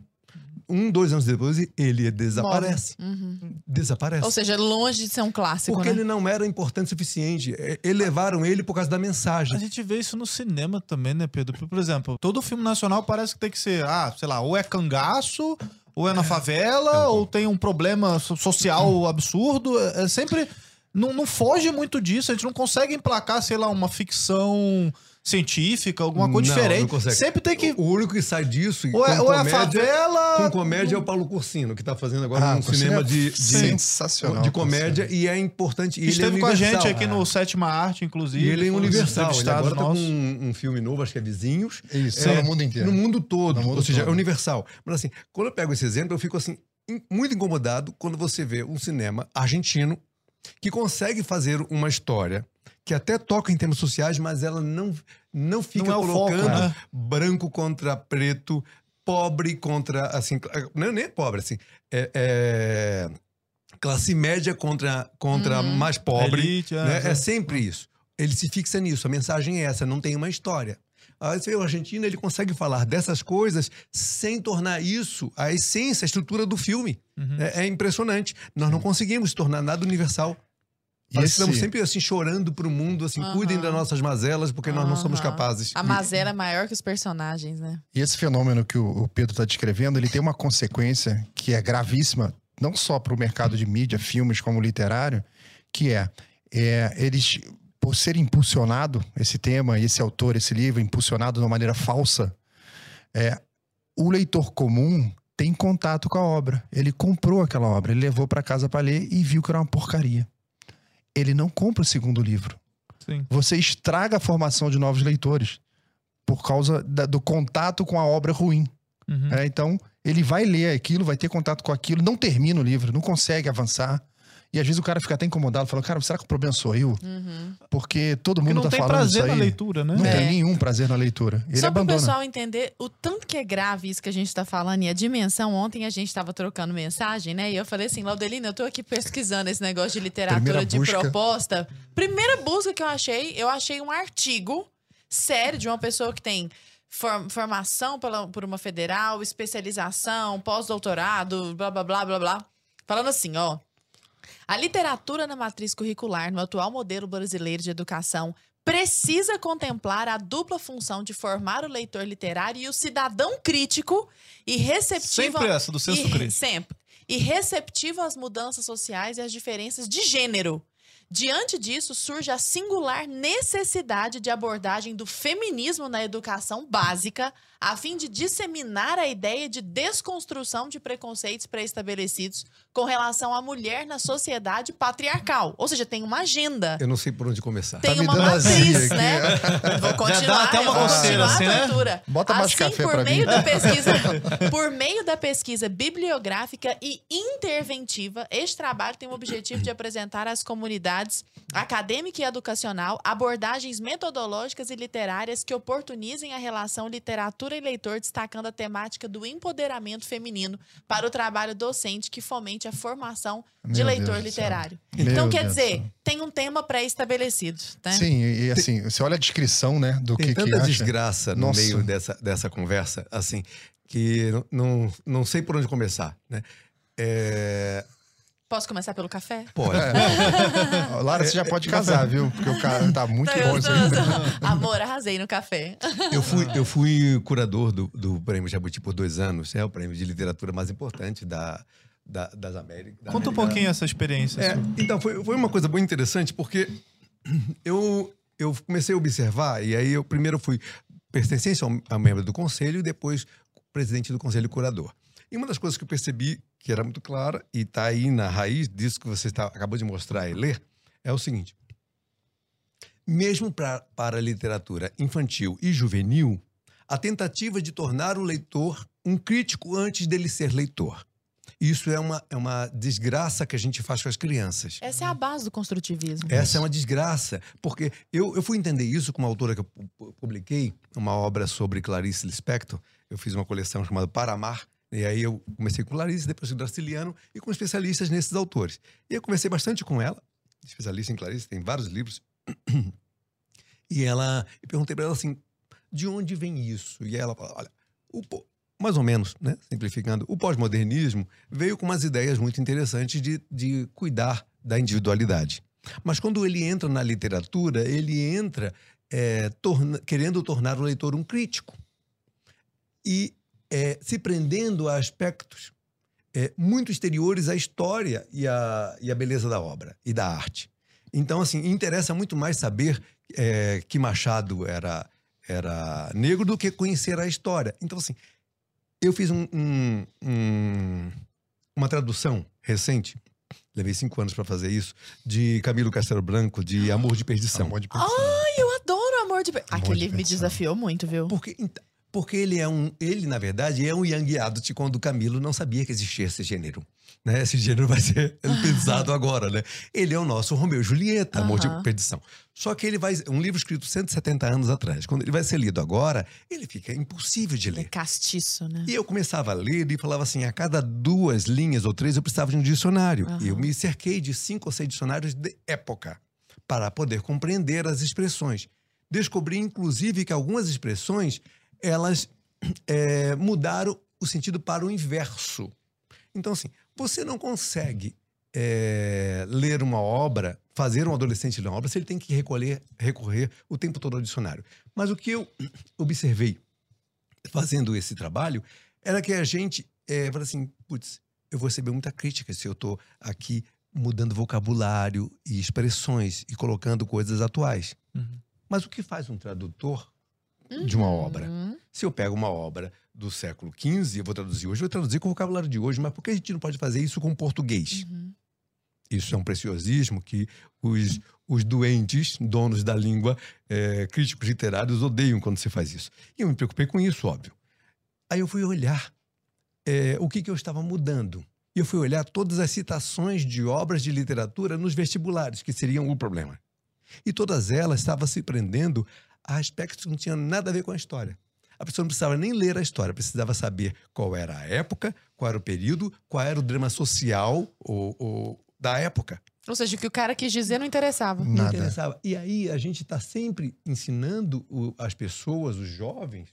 2 anos depois ele desaparece. Desaparece. Ou seja, longe de ser um clássico, porque né? ele não era importante o suficiente. Elevaram ele por causa da mensagem. A gente vê isso no cinema também, né, Pedro? Por exemplo, todo filme nacional parece que tem que ser, sei lá, ou é cangaço, ou é na favela, ou tem um problema social absurdo. É sempre... Não foge muito disso, a gente não consegue emplacar, sei lá, uma ficção científica, alguma coisa diferente. Não consegue. Sempre tem que... O único que sai disso... Ou é a favela... Com comédia é o Paulo Cursino, que tá fazendo agora um cinema sensacional, de comédia, e é importante. E esteve com a gente aqui no Sétima Arte, inclusive. E ele é universal. Ele agora tá com um filme novo, acho que é Vizinhos. Isso, no mundo inteiro. No mundo todo. Ou seja, é universal. Mas assim, quando eu pego esse exemplo, eu fico assim, muito incomodado quando você vê um cinema argentino que consegue fazer uma história que até toca em temas sociais, mas ela não fica colocando foco, né? Branco contra preto, pobre contra, assim, não é nem pobre, assim, classe média contra mais pobre, elite, né? É sempre isso. Ele se fixa nisso, a mensagem é essa, não tem uma história. Aí o argentino, ele consegue falar dessas coisas sem tornar isso a essência, a estrutura do filme. É impressionante. Nós não conseguimos tornar nada universal. Estamos sempre assim chorando pro mundo, assim, cuidem das nossas mazelas, porque nós não somos capazes. A mazela é maior que os personagens, né? E esse fenômeno que o Pedro está descrevendo, ele tem uma consequência que é gravíssima, não só para o mercado de mídia, filmes como literário, que eles, por ser impulsionado, esse tema, esse autor, esse livro, impulsionado de uma maneira falsa, o leitor comum tem contato com a obra. Ele comprou aquela obra, ele levou para casa para ler e viu que era uma porcaria. Ele não compra o segundo livro. Sim. Você estraga a formação de novos leitores por causa do contato com a obra ruim. Então, ele vai ler aquilo, vai ter contato com aquilo, não termina o livro, não consegue avançar. E às vezes o cara fica até incomodado, fala, cara, será que o problema sou eu? Porque todo Porque mundo não tá tem falando isso prazer aí. na leitura, né? Não É. tem nenhum prazer na leitura. Ele Só para o abandona. pessoal entender o tanto que é grave isso que a gente tá falando e a dimensão. Ontem a gente tava trocando mensagem, né? E eu falei assim, Laudelina, eu tô aqui pesquisando esse negócio de literatura Primeira de busca. proposta. Primeira busca que eu achei um artigo sério de uma pessoa que tem formação por uma federal, especialização, pós-doutorado, blá, blá, blá, blá, blá. Falando assim, ó. A literatura na matriz curricular, no atual modelo brasileiro de educação, precisa contemplar a dupla função de formar o leitor literário e o cidadão crítico e receptivo... Sempre essa, do senso crítico. Sempre. E receptivo às mudanças sociais e às diferenças de gênero. Diante disso, surge a singular necessidade de abordagem do feminismo na educação básica, a fim de disseminar a ideia de desconstrução de preconceitos pré-estabelecidos com relação à mulher na sociedade patriarcal. Ou seja, tem uma agenda. Eu não sei por onde começar. Tem Tá me uma dando azia matriz, aqui. né? Vou continuar, Já dá até uma eu vou coceira, continuar assim, a né? tortura. Bota mais assim, café por pra meio mim. da pesquisa, por meio da pesquisa bibliográfica e interventiva, este trabalho tem o objetivo de apresentar às comunidades acadêmica e educacional abordagens metodológicas e literárias que oportunizem a relação literatura e leitor, destacando a temática do empoderamento feminino para o trabalho docente que fomente a formação de Meu leitor Deus do céu. literário. Meu Então, quer Deus do dizer, céu. tem um tema pré-estabelecido, né? Sim, e assim, você olha a descrição, né, do Tem que tanta acha. desgraça no Nossa. meio dessa conversa, assim, que não sei por onde começar, né? Posso começar pelo café? Pode. Lara, você já pode casar, viu? Porque o cara tá muito Tá bom isso aí. gostoso? Amor, arrasei no café. Eu fui curador do Prêmio Jabuti por 2 anos, o prêmio de literatura mais importante das Américas. Conta um pouquinho essa experiência. sua. Então, foi uma coisa muito interessante, porque eu comecei a observar, e aí eu primeiro fui pertencente a membro do conselho e depois presidente do conselho curador. E uma das coisas que eu percebi, que era muito clara, e está aí na raiz disso que você acabou de mostrar e ler, é o seguinte. Mesmo para a literatura infantil e juvenil, a tentativa de tornar o leitor um crítico antes dele ser leitor. Isso é uma desgraça que a gente faz com as crianças. Essa é a base do construtivismo. Essa é uma desgraça, porque eu fui entender isso com uma autora que eu publiquei, uma obra sobre Clarice Lispector. Eu fiz uma coleção chamada Para Amar, e aí eu comecei com Clarice, depois com Graciliano e com especialistas nesses autores. E eu conversei bastante com ela, especialista em Clarice, tem vários livros, e eu perguntei para ela assim, de onde vem isso? E ela falou, olha, mais ou menos, né, simplificando, o pós-modernismo veio com umas ideias muito interessantes de cuidar da individualidade. Mas quando ele entra na literatura, ele entra querendo tornar o leitor um crítico. E se prendendo a aspectos muito exteriores à história e à beleza da obra e da arte. Então, assim, interessa muito mais saber que Machado era negro do que conhecer a história. Então, assim, eu fiz uma tradução recente, levei 5 anos para fazer isso, de Camilo Castelo Branco, de Amor de Perdição. Amor de Perdição. Ai, eu adoro Amor de Perdição. Aquele de livro me Perdição. desafiou muito, viu? Porque ele, na verdade, é um Young Adult quando o Camilo não sabia que existia esse gênero. Né? Esse gênero vai ser pensado agora, né? Ele é o nosso Romeu e Julieta, Amor de Perdição. Só que um livro escrito 170 anos atrás. Quando ele vai ser lido agora, ele fica impossível de É ler. castiço, né? E eu começava a ler e falava assim, a cada 2 linhas ou 3 eu precisava de um dicionário. E eu me cerquei de 5 ou 6 dicionários de época para poder compreender as expressões. Descobri, inclusive, que algumas expressões elas mudaram o sentido para o inverso. Então, assim, você não consegue ler uma obra, fazer um adolescente ler uma obra, se ele tem que recorrer o tempo todo ao dicionário. Mas o que eu observei fazendo esse trabalho era que a gente fala assim, putz, eu vou receber muita crítica se eu estou aqui mudando vocabulário e expressões e colocando coisas atuais. Uhum. Mas o que faz um tradutor de uma obra? Se eu pego uma obra do século XV, eu vou traduzir hoje, eu vou traduzir com o vocabulário de hoje, mas por que a gente não pode fazer isso com o português? Isso é um preciosismo que os doentes, donos da língua, críticos literários, odeiam quando se faz isso. E eu me preocupei com isso, óbvio. Aí eu fui olhar o que eu estava mudando. E eu fui olhar todas as citações de obras de literatura nos vestibulares, que seriam o problema. E todas elas estavam se prendendo a aspectos que não tinham nada a ver com a história. A pessoa não precisava nem ler a história, precisava saber qual era a época, qual era o período, qual era o drama social da época. Ou seja, o que o cara quis dizer não interessava. Não Nada. interessava. E aí a gente está sempre ensinando as pessoas, os jovens,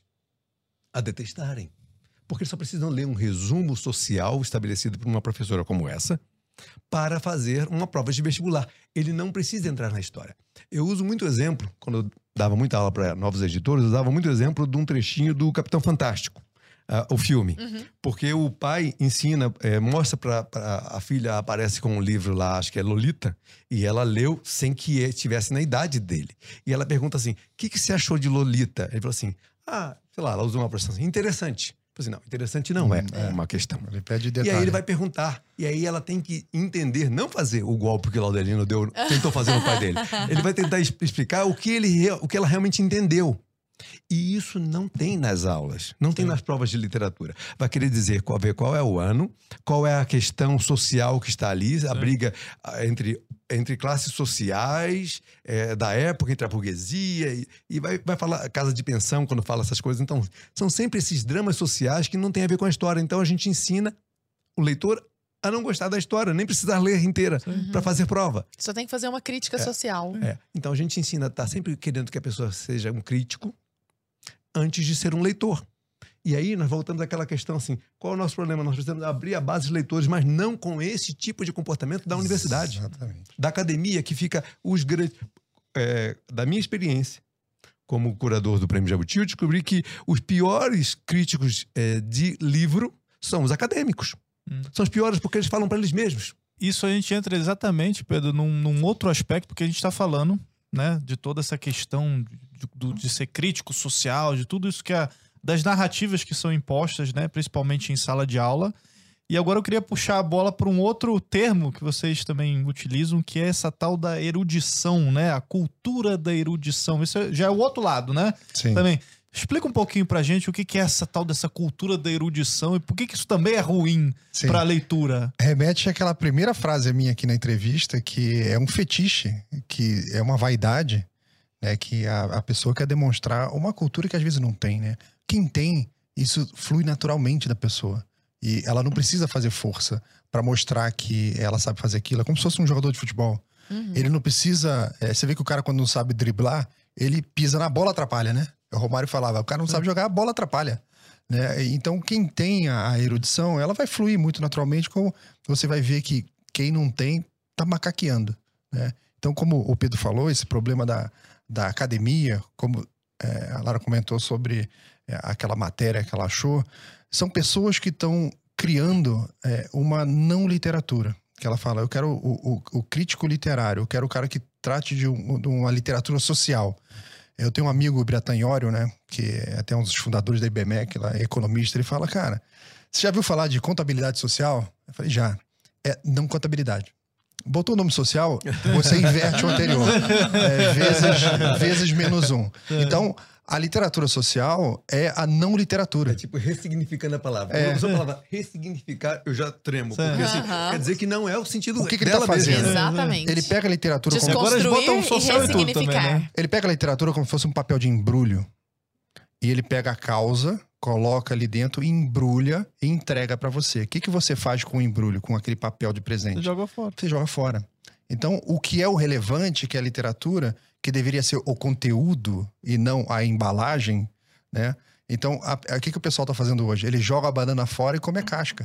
a detestarem. Porque eles só precisam ler um resumo social estabelecido por uma professora como essa para fazer uma prova de vestibular. Ele não precisa entrar na história. Eu uso muito exemplo, quando eu dava muita aula para novos editores, eu dava muito exemplo de um trechinho do Capitão Fantástico, o filme. Porque o pai ensina, mostra para a filha, aparece com um livro lá, acho que é Lolita, e ela leu sem que estivesse na idade dele. E ela pergunta assim, o que você achou de Lolita? Ele falou assim, sei lá, ela usou uma expressão assim, interessante. Eu falei assim, não, interessante não é uma questão. Ele pede E detalhe. aí ele vai perguntar. E aí ela tem que entender, não fazer o golpe que o Laudelino tentou fazer no pai dele. Ele vai tentar explicar o que ela realmente entendeu. E isso não tem nas aulas, não tem nas provas de literatura. Vai querer dizer qual é o ano, qual é a questão social que está ali, a briga entre classes sociais da época, entre a burguesia, e vai falar casa de pensão quando fala essas coisas. Então, são sempre esses dramas sociais que não tem a ver com a história. Então, a gente ensina o leitor a não gostar da história, nem precisar ler inteira para fazer prova. Só tem que fazer uma crítica social. Então, a gente ensina, tá sempre querendo que a pessoa seja um crítico antes de ser um leitor. E aí nós voltamos àquela questão assim, qual é o nosso problema? Nós precisamos abrir a base de leitores, mas não com esse tipo de comportamento da universidade. Exatamente. Da academia, que fica os grandes... da minha experiência como curador do Prêmio Jabuti, eu descobri que os piores críticos de livro são os acadêmicos. São os piores porque eles falam para eles mesmos. Isso a gente entra exatamente, Pedro, num outro aspecto, porque a gente está falando, né, de toda essa questão de ser crítico social, de tudo isso das narrativas que são impostas, né, principalmente em sala de aula. E agora eu queria puxar a bola para um outro termo que vocês também utilizam, que é essa tal da erudição, né, a cultura da erudição. Isso já é o outro lado, né? Sim. Também. Explica um pouquinho pra gente o que é essa tal dessa cultura da erudição e por que isso também é ruim Sim. pra leitura. Remete àquela primeira frase minha aqui na entrevista, que é um fetiche, que é uma vaidade, né? Que a pessoa quer demonstrar uma cultura que às vezes não tem, né? Quem tem, isso flui naturalmente da pessoa. E ela não precisa fazer força pra mostrar que ela sabe fazer aquilo. É como se fosse um jogador de futebol. Ele não precisa... você vê que o cara, quando não sabe driblar, ele pisa na bola, atrapalha, né? O Romário falava, o cara não sabe jogar, a bola atrapalha. Né? Então, quem tem a erudição, ela vai fluir muito naturalmente, como você vai ver que quem não tem, tá macaqueando. Né? Então, como o Pedro falou, esse problema da academia, como a Lara comentou sobre aquela matéria que ela achou, são pessoas que estão criando uma não literatura. Que ela fala, eu quero o crítico literário, eu quero o cara que trate de uma literatura social. Eu tenho um amigo, o Bratanhório, né, que é até um dos fundadores da IBMEC, lá, é economista, ele fala, cara, você já viu falar de contabilidade social? Eu falei, já. Não contabilidade. Botou o nome social, você inverte o anterior. Vezes menos um. Então, a literatura social é a não literatura. É tipo ressignificando a palavra. Quando a pessoa falava ressignificar, eu já tremo. Porque assim, quer dizer que não é o sentido O que ele dela tá fazendo? mesmo. Exatamente. Ele pega a literatura como... Agora eles botam um social e e tudo também, ressignificar. né? Ele pega a literatura como se fosse um papel de embrulho. E ele pega a causa, coloca ali dentro, embrulha e entrega pra você. O que você faz com o embrulho, com aquele papel de presente? Você joga fora. Você joga fora. Então, o que é o relevante, que é a literatura, que deveria ser o conteúdo e não a embalagem, né? Então, o que o pessoal tá fazendo hoje? Ele joga a banana fora e come a casca.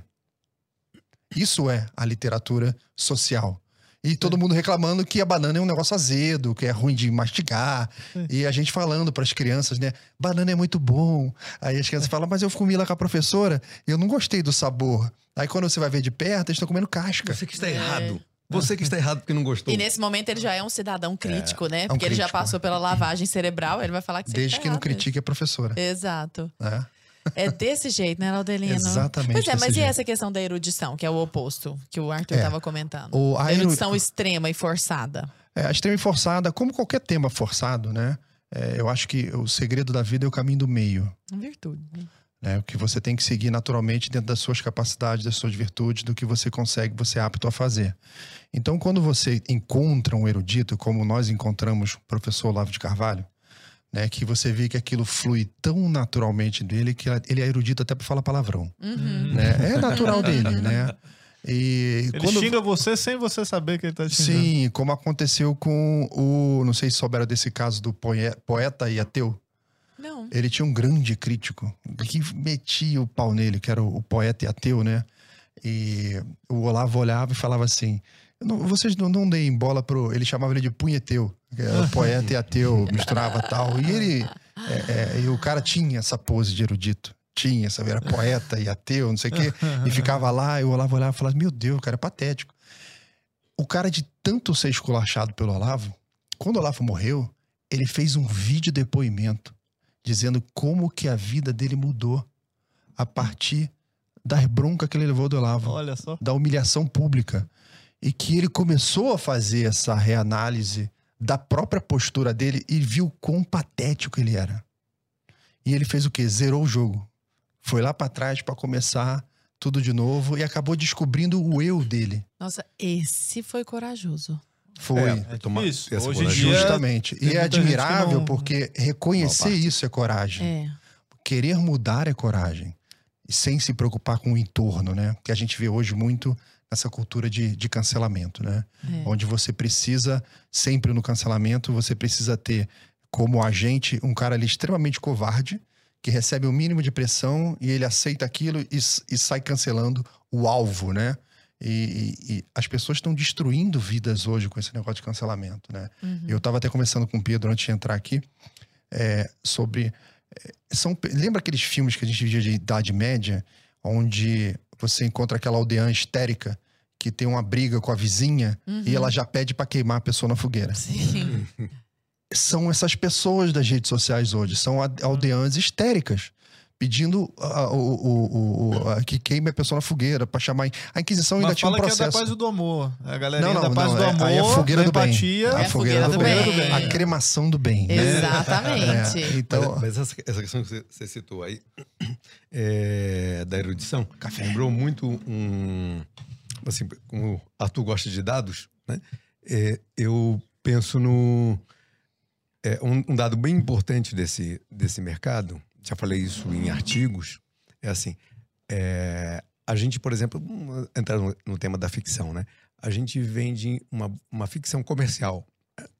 Isso é a literatura social. E todo mundo reclamando que a banana é um negócio azedo, que é ruim de mastigar. E a gente falando para as crianças, né? Banana é muito bom. Aí as crianças falam, mas eu comi lá com a professora e eu não gostei do sabor. Aí quando você vai ver de perto, eles estão comendo casca. Você que está errado. Você que está errado porque não gostou. E nesse momento ele já é um cidadão crítico, né? um Porque ele já crítico. passou pela lavagem cerebral, ele vai falar que você Desde tá que não errado mesmo. critique a professora. Exato. Né? É desse jeito, né, Laudelino? Exatamente Pois é, desse mas e jeito. essa questão da erudição, que é o oposto, que o Arthur estava comentando? A A erudição extrema e forçada. A extrema e forçada, como qualquer tema forçado, né? Eu acho que o segredo da vida é o caminho do meio. Uma virtude. Né? né? O que você tem que seguir naturalmente dentro das suas capacidades, das suas virtudes, do que você consegue, você é apto a fazer. Então, quando você encontra um erudito, como nós encontramos o professor Olavo de Carvalho, né, que você vê que aquilo flui tão naturalmente dele que ele é erudito até para falar palavrão. Né? É natural dele, né? E ele xinga você sem você saber que ele tá xingando. Sim, como aconteceu com o... Não sei se souberam desse caso do poeta e ateu. Não. Ele tinha um grande crítico que metia o pau nele, que era o poeta e ateu, né? E o Olavo olhava e falava assim... Vocês não deem bola pro... Ele chamava ele de punheteu. Que era o poeta e ateu, misturava tal. E ele... e o cara tinha essa pose de erudito. Tinha, sabe? Era poeta e ateu, não sei o quê. E ficava lá, e o Olavo olhava e falava, meu Deus, o cara é patético. O cara, de tanto ser esculachado pelo Olavo, quando o Olavo morreu, ele fez um vídeo depoimento dizendo como que a vida dele mudou a partir da bronca que ele levou do Olavo. Olha só. Da humilhação pública. E que ele começou a fazer essa reanálise da própria postura dele e viu quão patético ele era. E ele fez o quê? Zerou o jogo. Foi lá pra trás pra começar tudo de novo e acabou descobrindo o eu dele. Nossa, esse foi corajoso. Foi. Difícil. essa Hoje em coragem. dia, Justamente. tem E é muita gente que admirável não- porque reconhecer isso é coragem. É. Querer mudar é coragem. E sem se preocupar com o entorno, né? Que a gente vê hoje muito nessa cultura de cancelamento, né? Onde você precisa, sempre no cancelamento, você precisa ter como agente um cara ali extremamente covarde, que recebe o mínimo de pressão e ele aceita aquilo e sai cancelando o alvo, né? E as pessoas estão destruindo vidas hoje com esse negócio de cancelamento, né? Eu estava até conversando com o Pedro antes de entrar aqui sobre... lembra aqueles filmes que a gente via de Idade Média, onde você encontra aquela aldeã histérica que tem uma briga com a vizinha e ela já pede para queimar a pessoa na fogueira? Sim. São essas pessoas das redes sociais hoje, são aldeãs histéricas, pedindo que queime a pessoa na fogueira, para chamar... A Inquisição ainda Mas tinha um fala que é da processo. paz do amor. A galerinha da paz do aí é a amor, fogueira da do bem. empatia. A fogueira do bem. A bem. cremação do bem. Né? Exatamente. Então, Mas essa questão que você citou aí, da erudição, lembrou muito assim, como o Arthur gosta de dados, né? Eu penso no... um dado bem importante desse mercado, já falei isso em artigos, é assim, a gente, por exemplo, entrar no tema da ficção, né? A gente vende uma ficção comercial,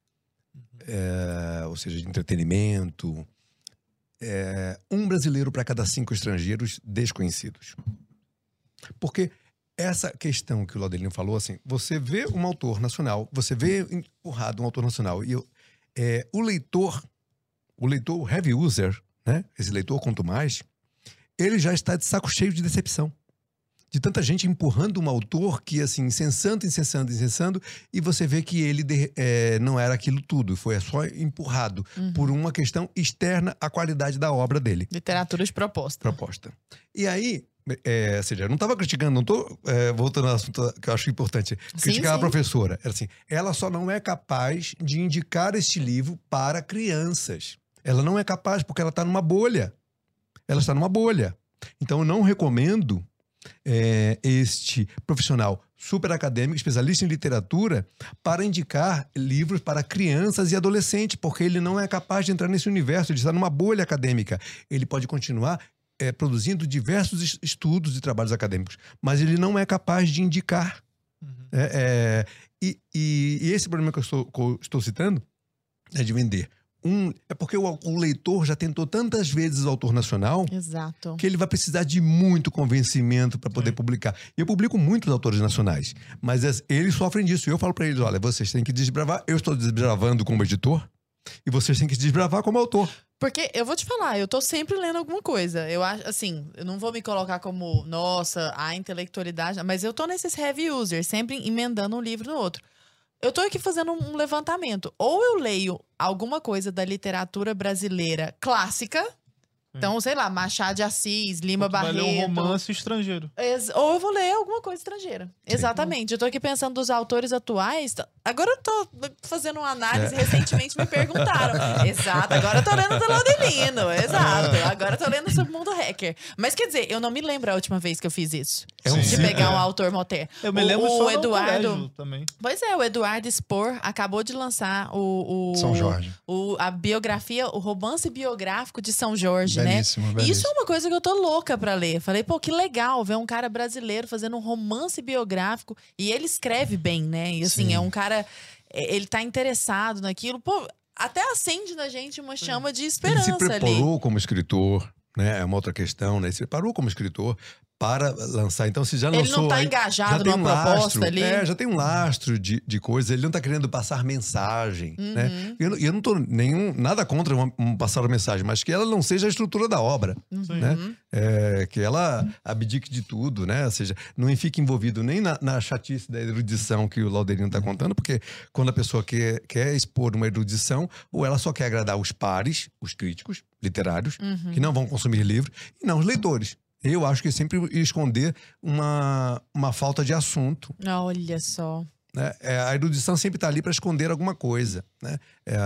ou seja, de entretenimento, um brasileiro para cada 5 estrangeiros desconhecidos. Porque essa questão que o Laudelino falou, assim, você vê um autor nacional, você vê empurrado um autor nacional, e o leitor heavy user, né? Esse leitor quanto mais, ele já está de saco cheio de decepção. De tanta gente empurrando um autor que, assim, incensando, e você vê que ele não era aquilo tudo, foi só empurrado por uma questão externa à qualidade da obra dele. Literatura de proposta. E aí, ou seja, eu não estava criticando, não estou voltando ao assunto que eu acho importante, criticar a professora. Era assim, ela só não é capaz de indicar este livro para crianças. Ela não é capaz porque ela está numa bolha. Ela está numa bolha. Então, eu não recomendo este profissional super acadêmico, especialista em literatura, para indicar livros para crianças e adolescentes, porque ele não é capaz de entrar nesse universo, ele está numa bolha acadêmica. Ele pode continuar produzindo diversos estudos e trabalhos acadêmicos, mas ele não é capaz de indicar. E esse problema que eu estou citando é de vender. É porque o leitor já tentou tantas vezes o autor nacional. Exato. Que ele vai precisar de muito convencimento para poder publicar. E eu publico muitos autores nacionais, mas eles sofrem disso. E eu falo para eles, olha, vocês têm que desbravar. Eu estou desbravando como editor e vocês têm que desbravar como autor. Porque eu vou te falar, eu tô sempre lendo alguma coisa. Eu acho, assim, eu não vou me colocar como, nossa, a intelectualidade, mas eu tô nesses heavy users, sempre emendando um livro no outro. Eu tô aqui fazendo um levantamento. Ou eu leio alguma coisa da literatura brasileira clássica, Então, sei lá, Machado de Assis, Lima Tu vai ler Barreto. um romance estrangeiro. Ou eu vou ler alguma coisa estrangeira. Exatamente. Eu tô aqui pensando dos autores atuais. Agora eu tô fazendo uma análise. Recentemente me perguntaram. Exato. Agora eu tô lendo do Laudelino. Exato. Agora eu tô lendo sobre o mundo hacker. Mas quer dizer, eu não me lembro a última vez que eu fiz isso. De pegar um autor Moter. Eu me lembro só o Eduardo colégio também. Pois é, o Eduardo Spor acabou de lançar São Jorge. a biografia, o romance biográfico de São Jorge, Belíssimo, né? belíssimo. Isso é uma coisa que eu tô louca pra ler. Falei, pô, que legal ver um cara brasileiro fazendo um romance biográfico. E ele escreve bem, né? E assim, Sim. é um cara... Ele tá interessado naquilo. Pô, até acende na gente uma chama de Ele esperança se preparou ali. como escritor, né? É uma outra questão, né? Ele se preparou como escritor para lançar. Então, se já lançou... Ele não tá aí, engajado já tem numa um proposta lastro, ali. já tem um lastro de coisas. Ele não tá querendo passar mensagem, né? Eu não tô nada contra passar a mensagem, mas que ela não seja a estrutura da obra, né? Que ela abdique de tudo, né? Ou seja, não fique envolvido nem na chatice da erudição que o Laudelino tá contando, porque quando a pessoa quer expor uma erudição, ou ela só quer agradar os pares, os críticos literários, que não vão consumir livro, e não os leitores. Eu acho que sempre esconder uma falta de assunto. Olha só. Né? A erudição sempre está ali para esconder alguma coisa, né?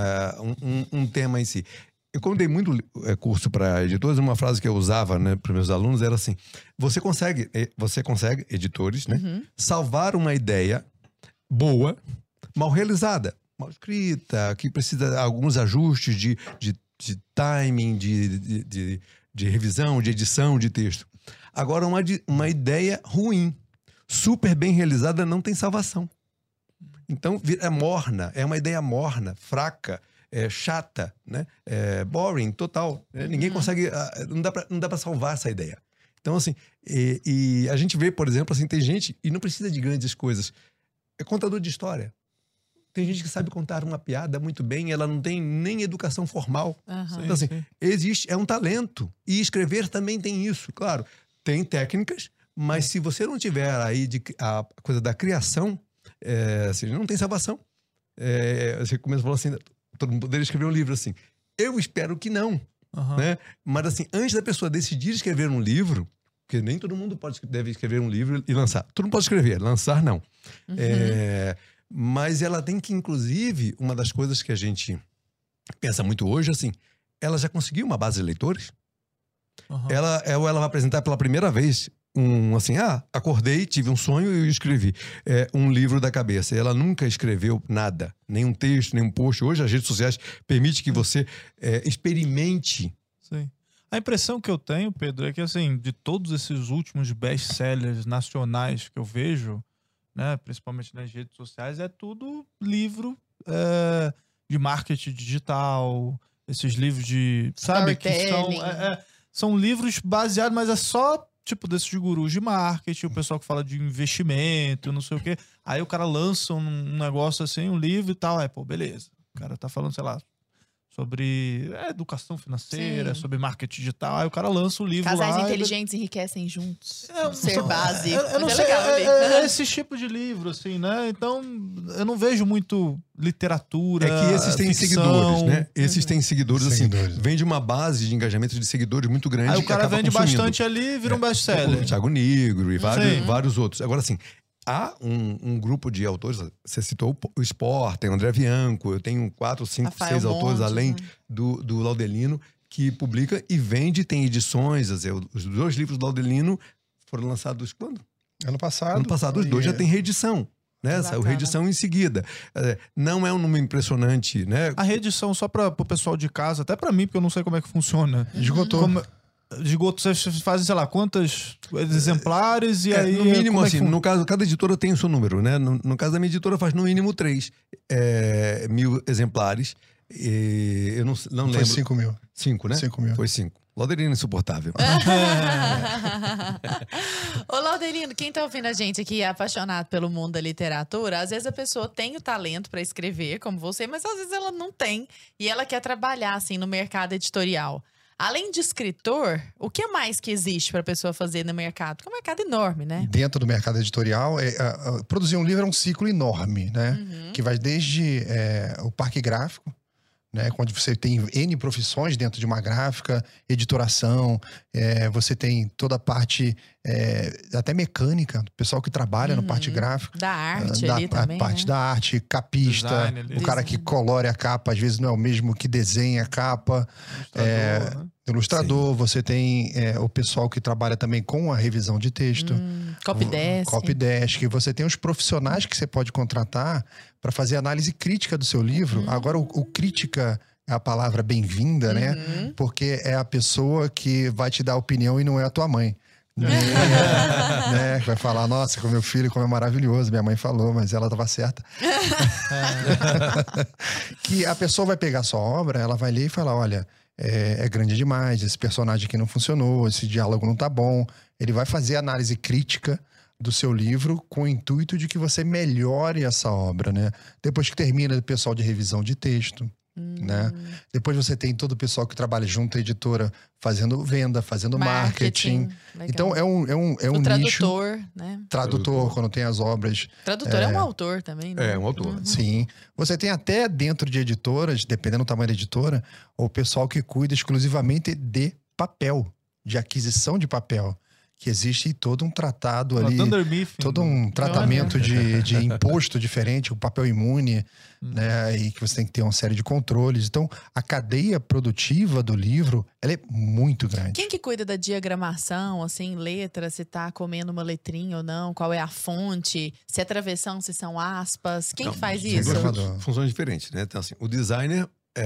Um tema em si. Eu, quando dei muito curso para editores, uma frase que eu usava, né, para meus alunos era assim: você consegue, editores, né, salvar uma ideia boa, mal realizada, mal escrita, que precisa de alguns ajustes de timing, de revisão, de edição de texto. Agora, uma ideia ruim, super bem realizada, não tem salvação. Então, é morna, é uma ideia morna, fraca, chata, né? Boring, total. Ninguém consegue... Não dá pra salvar essa ideia. Então, assim, e a gente vê, por exemplo, assim, tem gente, e não precisa de grandes coisas, é contador de história. Tem gente que sabe contar uma piada muito bem, ela não tem nem educação formal. Então, assim, é um talento. E escrever também tem isso, claro. Tem técnicas, mas se você não tiver aí a coisa da criação, assim, não tem salvação. Você começa a falar assim, todo mundo poderia escrever um livro assim. Eu espero que não. Né? Mas, assim, antes da pessoa decidir escrever um livro, porque nem todo mundo deve escrever um livro e lançar. Todo mundo pode escrever, lançar não. Mas ela tem que, inclusive, uma das coisas que a gente pensa muito hoje, assim, ela já conseguiu uma base de leitores? Ela vai apresentar pela primeira vez acordei, tive um sonho e escrevi um livro da cabeça. Ela nunca escreveu nada, nenhum texto, nenhum post. Hoje as redes sociais permitem que você experimente. Sim. A impressão que eu tenho, Pedro, é que, assim, de todos esses últimos best-sellers nacionais que eu vejo, né, principalmente nas redes sociais, é tudo livro de marketing digital, esses livros de, sabe, que são livros baseados, mas é só tipo desses gurus de marketing, o pessoal que fala de investimento, não sei o quê. Aí o cara lança um negócio assim, um livro e tal, pô, beleza. O cara tá falando, sei lá, sobre educação financeira, sobre marketing digital. Aí o cara lança o livro Casais lá. inteligentes enriquecem juntos. Ser base. Eu não sei, esse tipo de livro, assim, né? Então, eu não vejo muito literatura. É que esses têm seguidores, né? Esses têm seguidores, assim, vem de uma base de engajamento de seguidores muito grande. Aí o cara vende bastante ali e vira um best-seller. O Thiago Negro e vários outros. Agora, assim, há um grupo de autores, você citou o Spor, tem o André Bianco, eu tenho 4, 5, 6 autores, além do Laudelino, que publica e vende, tem edições. Os 2 livros do Laudelino foram lançados quando? Ano passado. Ano passado, os 2 já tem reedição. Né? Saiu reedição em seguida. Não é um número impressionante, né? A reedição, só para o pessoal de casa, até para mim, porque eu não sei como é que funciona. Esgotou. Esgoto, vocês fazem, sei lá, quantos exemplares e aí... No mínimo, assim, no caso, cada editora tem o seu número, né? No caso da minha editora faz no mínimo 3 mil exemplares. Eu não lembro. Foi 5 mil. 5, né? 5 mil. Foi 5. Laudelino insuportável. Ô, Laudelino, quem tá ouvindo a gente aqui é apaixonado pelo mundo da literatura, às vezes a pessoa tem o talento para escrever, como você, mas às vezes ela não tem. E ela quer trabalhar, assim, no mercado editorial. Além de escritor, o que mais que existe para a pessoa fazer no mercado? Porque é um mercado enorme, né? Dentro do mercado editorial, produzir um livro é um ciclo enorme, né? Que vai desde o parque gráfico, né? Quando você tem N profissões dentro de uma gráfica, editoração, você tem toda a parte até mecânica, o pessoal que trabalha na parte gráfica. Da arte ali também, a parte né? da arte, capista, Design ali. o cara que colore a capa, às vezes não é o mesmo que desenha a capa. Ilustrador, né? Ilustrador, você tem o pessoal que trabalha também com a revisão de texto. Copydesk. Copydesk. Você tem os profissionais que você pode contratar para fazer análise crítica do seu livro. Agora, o crítica é a palavra bem-vinda, né? Porque é a pessoa que vai te dar opinião e não é a tua mãe. Né? Vai falar, nossa, como meu filho, como é maravilhoso. Minha mãe falou, mas ela estava certa. Que a pessoa vai pegar a sua obra, ela vai ler e falar, olha, é grande demais, esse personagem aqui não funcionou, esse diálogo não tá bom. Ele vai fazer análise crítica do seu livro com o intuito de que você melhore essa obra, né? Depois que termina, o pessoal de revisão de texto, né? Depois você tem todo o pessoal que trabalha junto à editora fazendo venda, fazendo marketing. Legal. Então é um o nicho. tradutor, né? Tradutor, quando tem as obras. Tradutor é um autor também, né? É um autor. Sim. Você tem até dentro de editoras, dependendo do tamanho da editora, o pessoal que cuida exclusivamente de papel, de aquisição de papel. Que existe todo um tratado ali, todo um tratamento de imposto diferente, o papel imune, né? E que você tem que ter uma série de controles. Então, a cadeia produtiva do livro, ela é muito grande. Quem que cuida da diagramação, assim, letra, se tá comendo uma letrinha ou não, qual é a fonte, se é travessão, se são aspas, quem que faz isso? Funções diferentes, né? Então, assim, o designer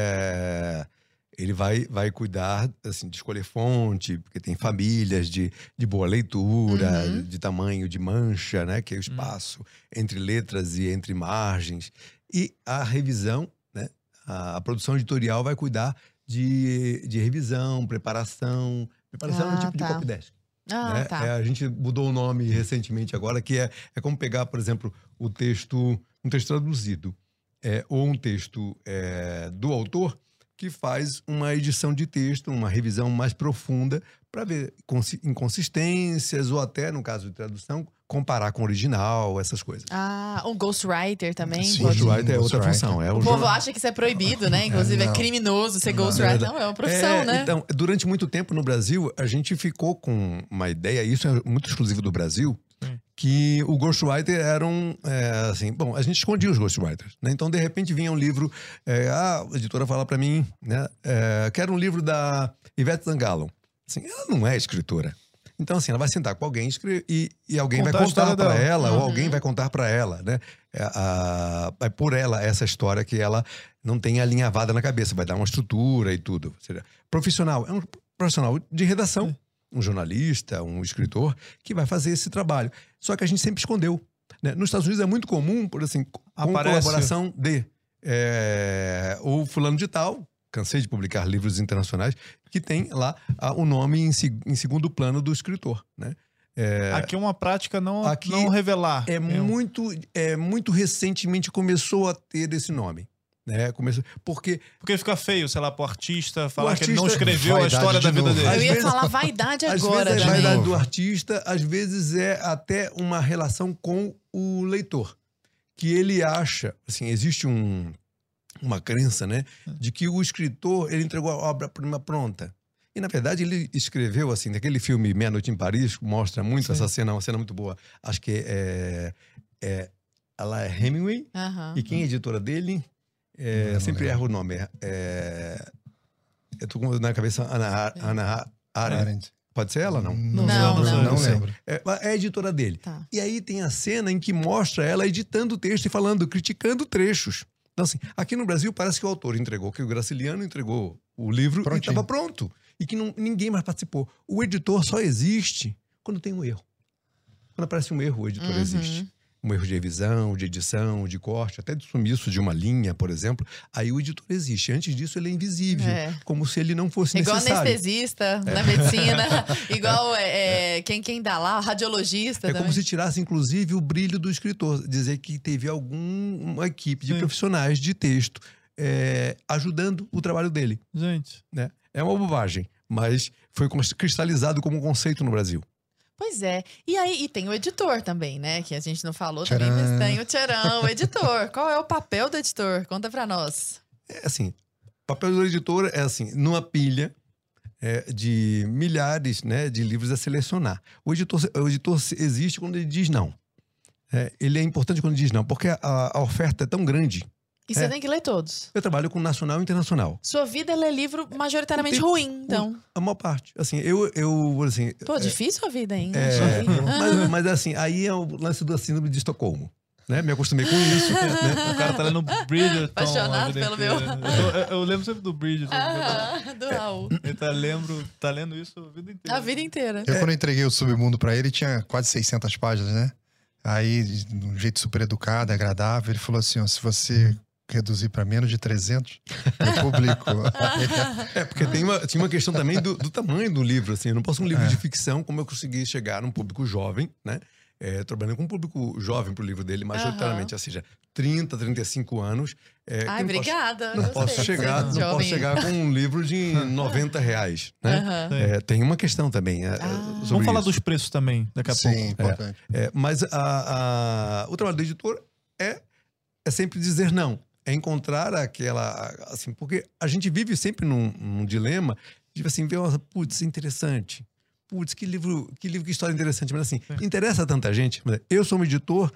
ele vai cuidar, assim, de escolher fonte, porque tem famílias de boa leitura, de tamanho de mancha, né? Que é o espaço entre letras e entre margens. E a revisão, né? A produção editorial vai cuidar de revisão, preparação. Preparação é um tipo de copydesk. Né? Tá. A gente mudou o nome recentemente agora, que é como pegar, por exemplo, um texto traduzido ou um texto do autor, que faz uma edição de texto, uma revisão mais profunda para ver inconsistências ou até, no caso de tradução, comparar com o original, essas coisas. Um ghostwriter também? Sim, Ghostwriter é outra função. O povo acha que isso é proibido, né? Inclusive é criminoso ser ghostwriter. Não, é uma profissão, né? Então, durante muito tempo no Brasil, a gente ficou com uma ideia, isso é muito exclusivo do Brasil, que o ghostwriter era assim, bom, a gente escondia os ghostwriters, né? Então, de repente, vinha um livro, a editora fala pra mim, né? Quero um livro da Ivete Sangalo. Assim, ela não é escritora. Então, assim, ela vai sentar com alguém e alguém vai contar pra ela, ou alguém vai contar pra ela, né? Vai por ela essa história que ela não tem alinhavada na cabeça, vai dar uma estrutura e tudo. Ou seja, profissional, é um profissional de redação. Um jornalista, um escritor, que vai fazer esse trabalho. Só que a gente sempre escondeu. Né? Nos Estados Unidos é muito comum, por assim, com colaboração de ou fulano de tal, cansei de publicar livros internacionais, que tem lá o nome em segundo plano do escritor. Né? Aqui é uma prática não revelar. Muito recentemente começou a ter esse nome. Né? Porque fica feio, sei lá, pro artista falar que ele não escreveu a história da vida dele. Eu ia falar vaidade agora. Às vezes é vaidade do artista, às vezes é até uma relação com o leitor. Que ele acha, assim, existe uma crença, né? De que o escritor, ele entregou a obra-prima pronta. E, na verdade, ele escreveu, assim, naquele filme Meia Noite em Paris, mostra muito essa cena, uma cena muito boa. Acho que ela é Hemingway, e quem é editora dele... sempre erro o nome. Eu tô na cabeça Hannah Arendt. Pode ser ela, não? Não lembro. É a editora dele. Tá. E aí tem a cena em que mostra ela editando o texto e falando, criticando trechos. Então, assim, aqui no Brasil parece que o autor entregou, que o Graciliano entregou o livro e estava pronto. E que ninguém mais participou. O editor só existe quando tem um erro. Quando aparece um erro, o editor existe. Um erro de revisão, de edição, de corte, até de sumiço de uma linha, por exemplo. Aí o editor existe. Antes disso, ele é invisível. Como se ele não fosse necessário. Igual anestesista na medicina. Igual quem dá lá, radiologista. Como se tirasse, inclusive, o brilho do escritor. Dizer que teve alguma equipe de profissionais de texto ajudando o trabalho dele. Gente. Né? É uma bobagem, mas foi cristalizado como um conceito no Brasil. Pois é. E aí, tem o editor também, né? Que a gente não falou também, mas tem o editor. Qual é o papel do editor? Conta pra nós. Assim, O papel do editor é assim, numa pilha de milhares, né, de livros a selecionar. O editor existe quando ele diz não. Ele é importante quando ele diz não, porque a oferta é tão grande. E você tem que ler todos. Eu trabalho com nacional e internacional. Sua vida é ler livro majoritariamente ruim, então. A maior parte. Assim, assim... Pô, difícil a vida, hein? Mas assim, aí é o lance da síndrome de Estocolmo. Né? Me acostumei com isso. Né? O cara tá lendo Bridgerton. Apaixonado pelo meu. Eu lembro sempre do Bridgerton. Do Raul. Ele tá lendo isso a vida inteira. A vida inteira. Eu, quando entreguei o Submundo pra ele, tinha quase 600 páginas, né? Aí, de um jeito super educado, agradável, ele falou assim, ó, se você reduzir pra menos de 300, eu publico. Porque tinha uma questão também do tamanho do livro, assim. Eu não posso um livro de ficção, como eu consegui chegar num público jovem, né? Trabalhando com um público jovem pro livro dele, majoritariamente, ou seja, 30, 35 anos. Ai, obrigada. Não posso chegar com um livro de R$90, né? Tem uma questão também sobre Vamos falar isso. dos preços também, daqui a pouco. Sim, importante. Mas o trabalho do editor é sempre dizer não. É encontrar aquela... Assim, porque a gente vive sempre num dilema de assim, ver, putz, interessante. Putz, que livro, que história interessante. Mas assim, interessa a tanta gente. Eu sou um editor...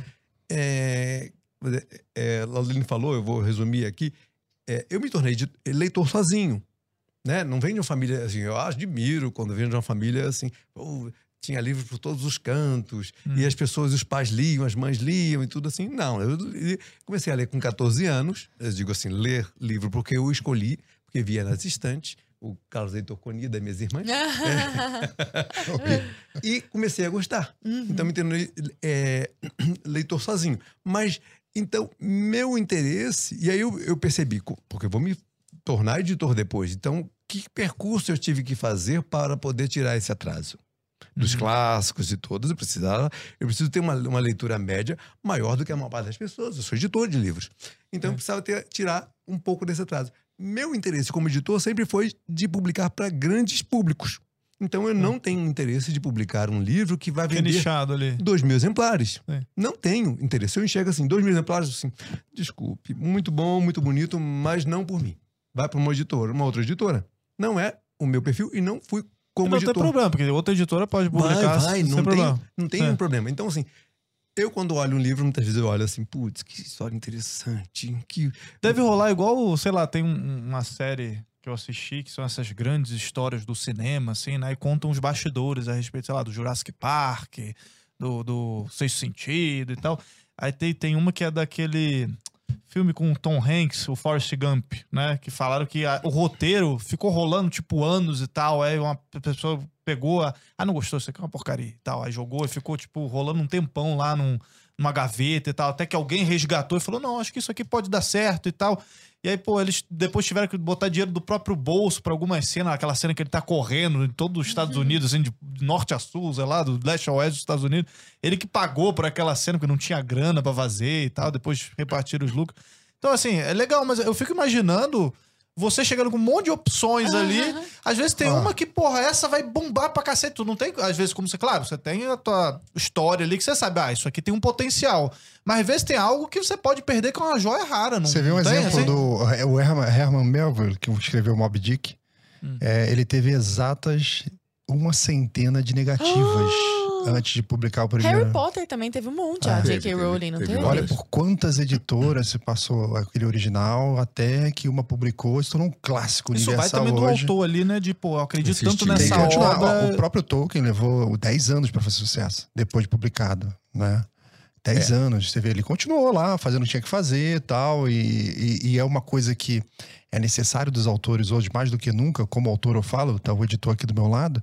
Laudeline falou, eu vou resumir aqui. Eu me tornei leitor sozinho. Né? Não venho de uma família... Assim, eu admiro quando venho de uma família assim... tinha livros por todos os cantos, e as pessoas, os pais liam, as mães liam e tudo assim. Não, eu comecei a ler com 14 anos, eu digo assim, ler livro porque eu escolhi, porque via nas estantes, o Carlos Heitor Coni, das minhas irmãs. E comecei a gostar. Então me tornei leitor sozinho. Mas, então, meu interesse, e aí eu percebi, porque eu vou me tornar editor depois, então, que percurso eu tive que fazer para poder tirar esse atraso? Dos clássicos e todos, eu preciso ter uma leitura média maior do que a maior parte das pessoas. Eu sou editor de livros. Então, eu precisava tirar um pouco desse atraso. Meu interesse como editor sempre foi de publicar para grandes públicos. Então, eu não tenho interesse de publicar um livro que vai vender nichado ali. 2.000 exemplares. Não tenho interesse. Eu enxergo assim, 2.000 exemplares, assim, desculpe, muito bom, muito bonito, mas não por mim. Vai para uma editora, uma outra editora. Não é o meu perfil e não fui como editor. Não tem problema, porque outra editora pode publicar não tem um problema. Então, assim, eu quando olho um livro, muitas vezes eu olho assim, putz, que história interessante. Deve rolar igual, sei lá, tem uma série que eu assisti, que são essas grandes histórias do cinema, assim, né? E contam os bastidores a respeito, sei lá, do Jurassic Park, do Sexto Sentido e tal. Aí tem uma que é daquele... filme com o Tom Hanks, o Forrest Gump, né? Que falaram que o roteiro ficou rolando, tipo, anos e tal. Aí uma pessoa pegou, não gostou, isso aqui é uma porcaria e tal. Aí jogou e ficou, tipo, rolando um tempão lá numa gaveta e tal. Até que alguém resgatou e falou, não, acho que isso aqui pode dar certo e tal. E aí, pô, eles depois tiveram que botar dinheiro do próprio bolso pra algumas cenas, aquela cena que ele tá correndo em todos os Estados Unidos, assim, de norte a sul, sei lá, do leste a oeste dos Estados Unidos. Ele que pagou por aquela cena, porque não tinha grana pra fazer e tal, depois repartiram os lucros. Então, assim, é legal, mas eu fico imaginando você chegando com um monte de opções ali. Às vezes tem uma que, porra, essa vai bombar pra cacete. Tu não tem, às vezes, como você... Claro, você tem a tua história ali que você sabe, isso aqui tem um potencial. Mas às vezes tem algo que você pode perder com uma joia rara. Não, você viu um exemplo assim? do Herman Melville, que escreveu Moby Dick. Ele teve exatas 100 de negativas antes de publicar o primeiro. Harry Potter também teve um monte, a J.K. Rowling, não teve? Olha por quantas editoras se passou aquele original até que uma publicou, se tornou um clássico isso universal vai também hoje. do autor ali, né? De, pô, eu acredito Esse tanto estilo. nessa Tem que continuar. obra. O próprio Tolkien levou 10 anos para fazer sucesso, depois de publicado, né? 10 anos, você vê, ele continuou lá, fazendo o que tinha que fazer e tal, e é uma coisa que é necessário dos autores hoje, mais do que nunca, como autor eu falo, tá o editor aqui do meu lado,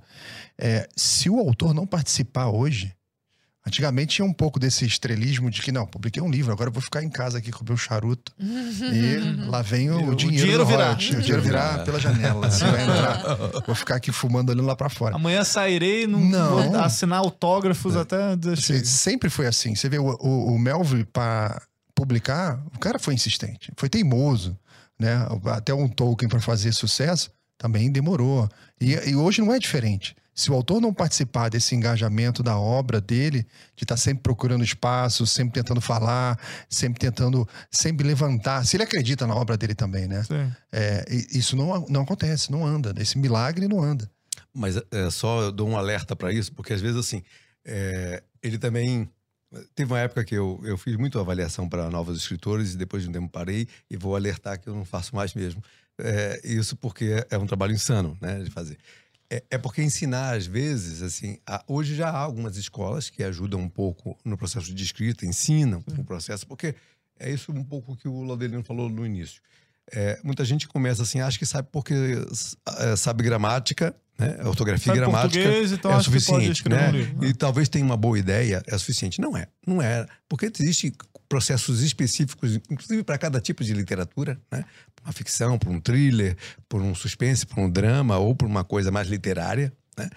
se o autor não participar hoje, antigamente tinha um pouco desse estrelismo de que, não, publiquei um livro, agora eu vou ficar em casa aqui com o meu charuto, e lá vem o dinheiro do royalty. O dinheiro virar pela janela, assim, vai entrar, vou ficar aqui fumando, olhando lá pra fora. Amanhã sairei, não vou assinar autógrafos até... Sempre foi assim. Você vê o Melville para publicar, o cara foi insistente, foi teimoso, né? Até um Tolkien para fazer sucesso também demorou. E hoje não é diferente. Se o autor não participar desse engajamento da obra dele, de estar sempre procurando espaço, sempre tentando falar, sempre levantar, se ele acredita na obra dele também, né? Sim. Isso não acontece, não anda. Esse milagre não anda. Mas só eu dou um alerta para isso, porque às vezes assim, ele também... Teve uma época que eu fiz muita avaliação para novos escritores e depois de um tempo parei e vou alertar que eu não faço mais mesmo. Isso porque é um trabalho insano, né, de fazer. Porque ensinar, às vezes, assim... Hoje já há algumas escolas que ajudam um pouco no processo de escrita, ensinam o processo, porque é isso um pouco que o Laudelino falou no início. Muita gente começa assim, acha que sabe porque sabe gramática, né? Ortografia e gramática então é o acho que pode suficiente, escrever né? um livro, né? E talvez tenha uma boa ideia, é suficiente. Não é. Porque existem processos específicos, inclusive para cada tipo de literatura, né? Uma ficção, por um thriller, por um suspense, por um drama ou por uma coisa mais literária, né?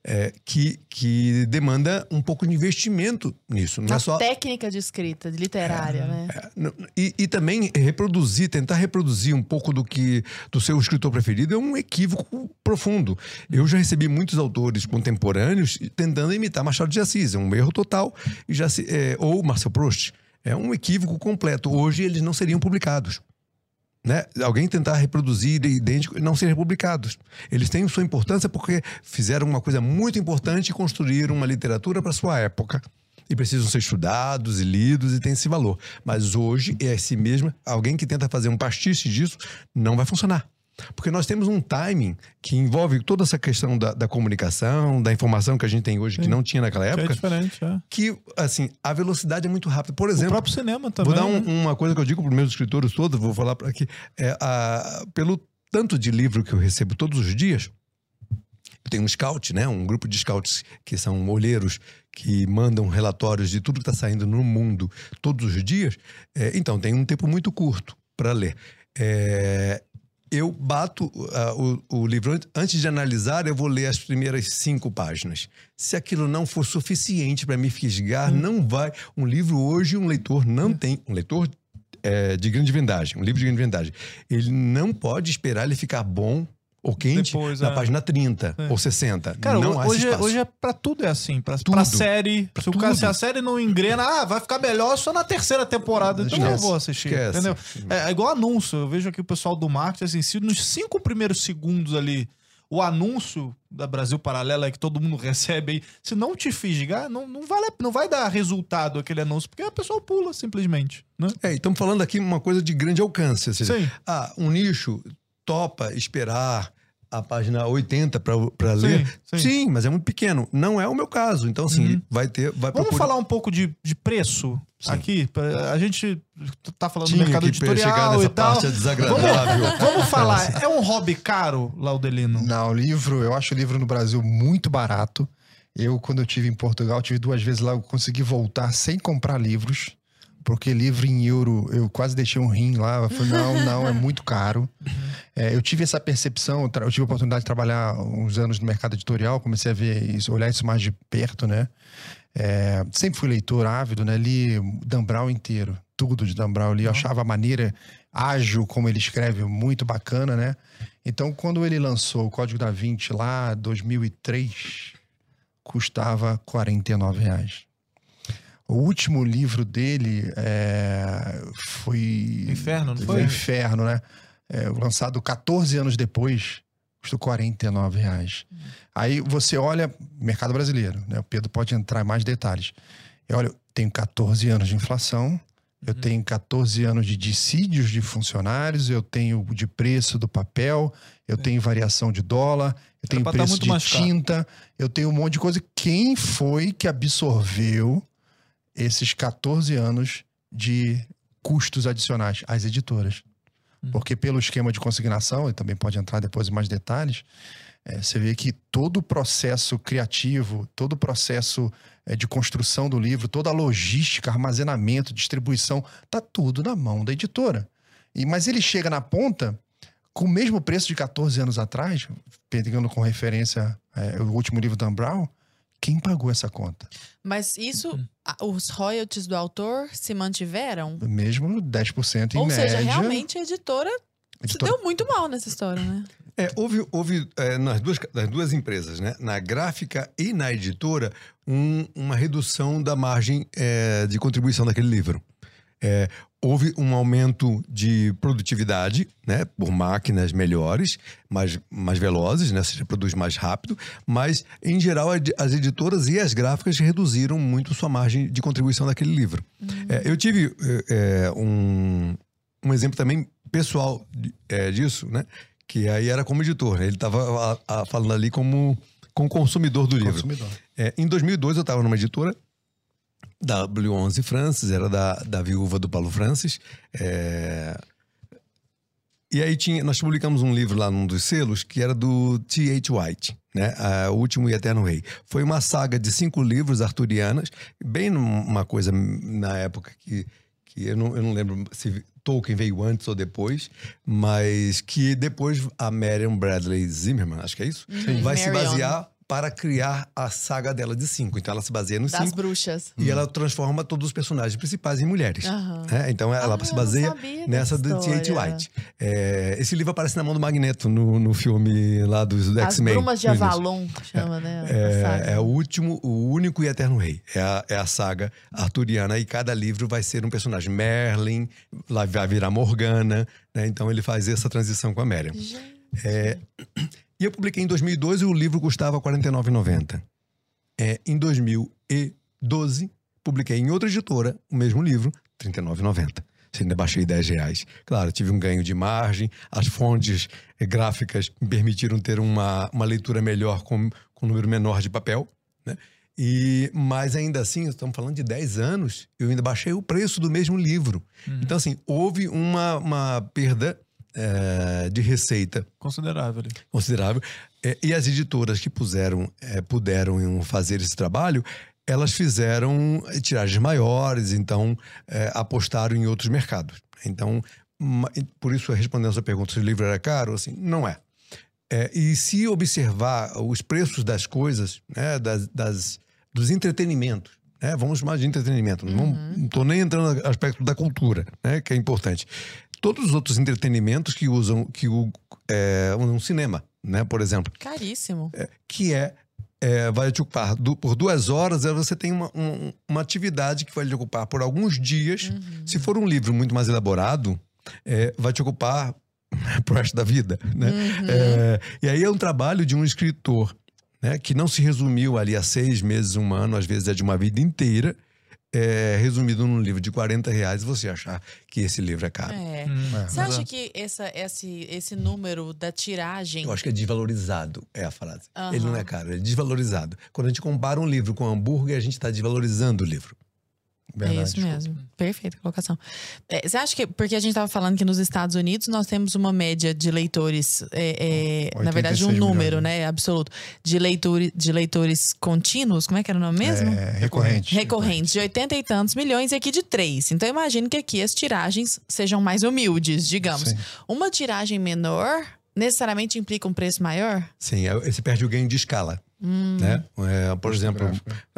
Que demanda um pouco de investimento nisso. Não é só técnica de escrita, de literária, né? E também tentar reproduzir um pouco do seu escritor preferido é um equívoco profundo. Eu já recebi muitos autores contemporâneos tentando imitar Machado de Assis, é um erro total, ou Marcel Proust. É um equívoco completo. Hoje eles não seriam publicados. Né? Alguém tentar reproduzir idêntico, não serem publicados. Eles têm sua importância porque fizeram uma coisa muito importante e construíram uma literatura para sua época. E precisam ser estudados e lidos e tem esse valor. Mas hoje é assim mesmo. Alguém que tenta fazer um pastiche disso não vai funcionar. Porque nós temos um timing que envolve toda essa questão da comunicação, da informação que a gente tem hoje, que não tinha naquela época. Que é diferente, Que, assim, a velocidade é muito rápida. Por exemplo... O próprio cinema também. Vou dar uma coisa que eu digo para os meus escritores todos, vou falar para aqui. Pelo tanto de livro que eu recebo todos os dias, eu tenho um scout, né? Um grupo de scouts que são olheiros que mandam relatórios de tudo que está saindo no mundo todos os dias. Então, tem um tempo muito curto para ler. Eu bato o livro, antes de analisar, eu vou ler as primeiras 5 páginas. Se aquilo não for suficiente para me fisgar, não vai. Um livro hoje, um leitor não tem. Um leitor de grande vendagem, um livro de grande vendagem. Ele não pode esperar ele ficar bom ou quente depois, na página 30 ou 60. Cara, não há esse espaço. hoje pra tudo é assim. Pra Tudo. série. Se a série não engrena, vai ficar melhor só na 3ª temporada. Então eu não vou assistir. Esquece. Entendeu? É igual anúncio. Eu vejo aqui o pessoal do marketing, assim, se nos 5 primeiros segundos ali, o anúncio da Brasil Paralela que todo mundo recebe aí, se não te fisgar, não vai dar resultado aquele anúncio, porque a pessoa pula simplesmente. Né? Estamos falando aqui uma coisa de grande alcance. Ou seja, Sim. Um nicho topa esperar a página 80 para ler. Sim, mas é muito pequeno. Não é o meu caso. Então, assim, vai Vamos falar um pouco de preço aqui? A gente tá falando do Tinha mercado que editorial chegar nessa e tal. parte desagradável. Vamos falar. É um hobby caro, Laudelino? Não, eu acho o livro no Brasil muito barato. Quando eu estive em Portugal, tive 2 vezes lá, eu consegui voltar sem comprar livros. Porque livro em euro, eu quase deixei um rim lá. Eu falei, não, é muito caro. Eu tive essa percepção, eu tive a oportunidade de trabalhar uns anos no mercado editorial, comecei a ver isso, olhar isso mais de perto, né? Sempre fui leitor ávido, né? Li Dan Brown inteiro, tudo de Dan Brown. Eu achava a maneira ágil como ele escreve muito bacana, né? Então, quando ele lançou o Código da Vinci lá, 2003, custava R$49. O último livro dele foi... Inferno, não foi? Inferno, né? Lançado 14 anos depois, custou R$49. Aí você olha, mercado brasileiro, né? O Pedro pode entrar em mais detalhes. Eu olho, tenho 14 anos de inflação, eu tenho 14 anos de dissídios de funcionários, eu tenho de preço do papel, eu tenho variação de dólar, eu tenho preço de tinta, eu tenho um monte de coisa. Quem foi que absorveu esses 14 anos de custos adicionais? As editoras. Porque pelo esquema de consignação, e também pode entrar depois em mais detalhes, você vê que todo o processo criativo, todo o processo de construção do livro, toda a logística, armazenamento, distribuição, tá tudo na mão da editora. Mas ele chega na ponta com o mesmo preço de 14 anos atrás, pegando com referência o último livro do Dan Brown. Quem pagou essa conta? Mas isso, os royalties do autor se mantiveram? Mesmo 10% em média. Ou seja, realmente a editora Você deu muito mal nessa história, né? Houve nas duas empresas, né? Na gráfica e na editora, uma redução da margem de contribuição daquele livro. Houve um aumento de produtividade, né? Por máquinas melhores, mais velozes, né? Ou seja, produz mais rápido. Mas, em geral, as editoras e as gráficas reduziram muito sua margem de contribuição daquele livro. Eu tive um exemplo também pessoal disso, né? Que aí era como editor, né? Ele estava falando ali como consumidor do livro. Em 2002, eu estava numa editora, W11 Francis, era da viúva do Paulo Francis. E aí nós publicamos um livro lá num dos selos que era do T.H. White, né? O Último e Eterno Rei. Foi uma saga de 5 livros arturianas, bem uma coisa na época que eu não lembro se Tolkien veio antes ou depois, mas que depois a Marion Bradley Zimmerman, acho que é isso, vai se basear para criar a saga dela de 5. Então ela se baseia nos 5. Das bruxas. E ela transforma todos os personagens principais em mulheres. Então ela se baseia nessa do T.H. White. Esse livro aparece na mão do Magneto no filme lá dos X-Men. As Brumas de Avalon, chama, né? É o único e eterno rei. É a saga arturiana e cada livro vai ser um personagem. Merlin, lá vai virar Morgana, né? Então ele faz essa transição com a Merlin. E eu publiquei em 2002 e o livro custava R$ 49,90. Em 2012, publiquei em outra editora o mesmo livro, R$ 39,90. Ainda baixei R$10. Claro, tive um ganho de margem, as fontes gráficas me permitiram ter uma leitura melhor com um número menor de papel, né? Mas ainda assim, estamos falando de 10 anos, eu ainda baixei o preço do mesmo livro. Então assim, houve uma perda de receita considerável. E as editoras que puderam fazer esse trabalho, elas fizeram tiragens maiores, então apostaram em outros mercados. Então, por isso, respondendo a sua pergunta se o livro era caro, assim, não é. E se observar os preços das coisas, né, dos entretenimentos, né, vamos chamar de entretenimento, não estou nem entrando no aspecto da cultura, né, que é importante. Todos os outros entretenimentos que usam um cinema, né, por exemplo. Caríssimo. Vai te ocupar por 2 horas, você tem uma atividade que vai te ocupar por alguns dias. Se for um livro muito mais elaborado, vai te ocupar pro resto da vida, né? E aí é um trabalho de um escritor, né, que não se resumiu ali a 6 meses, 1 ano, às vezes é de uma vida inteira. Resumido num livro de R$40, você achar que esse livro é caro. Você acha que esse número da tiragem... Eu acho que é desvalorizado, é a frase. Ele não é caro, ele é desvalorizado. Quando a gente compara um livro com um hambúrguer, a gente está desvalorizando o livro. Verdade, é isso mesmo. Perfeita colocação. Você acha que... Porque a gente estava falando que nos Estados Unidos nós temos uma média de leitores... na verdade, um número, né, absoluto. De leitores contínuos. Como é que era o nome mesmo? Recorrentes. De 80 e tantos milhões e aqui de 3. Então, imagino que aqui as tiragens sejam mais humildes, digamos. Sim. Uma tiragem menor necessariamente implica um preço maior? Sim, você perde o ganho de escala. Né? Por exemplo...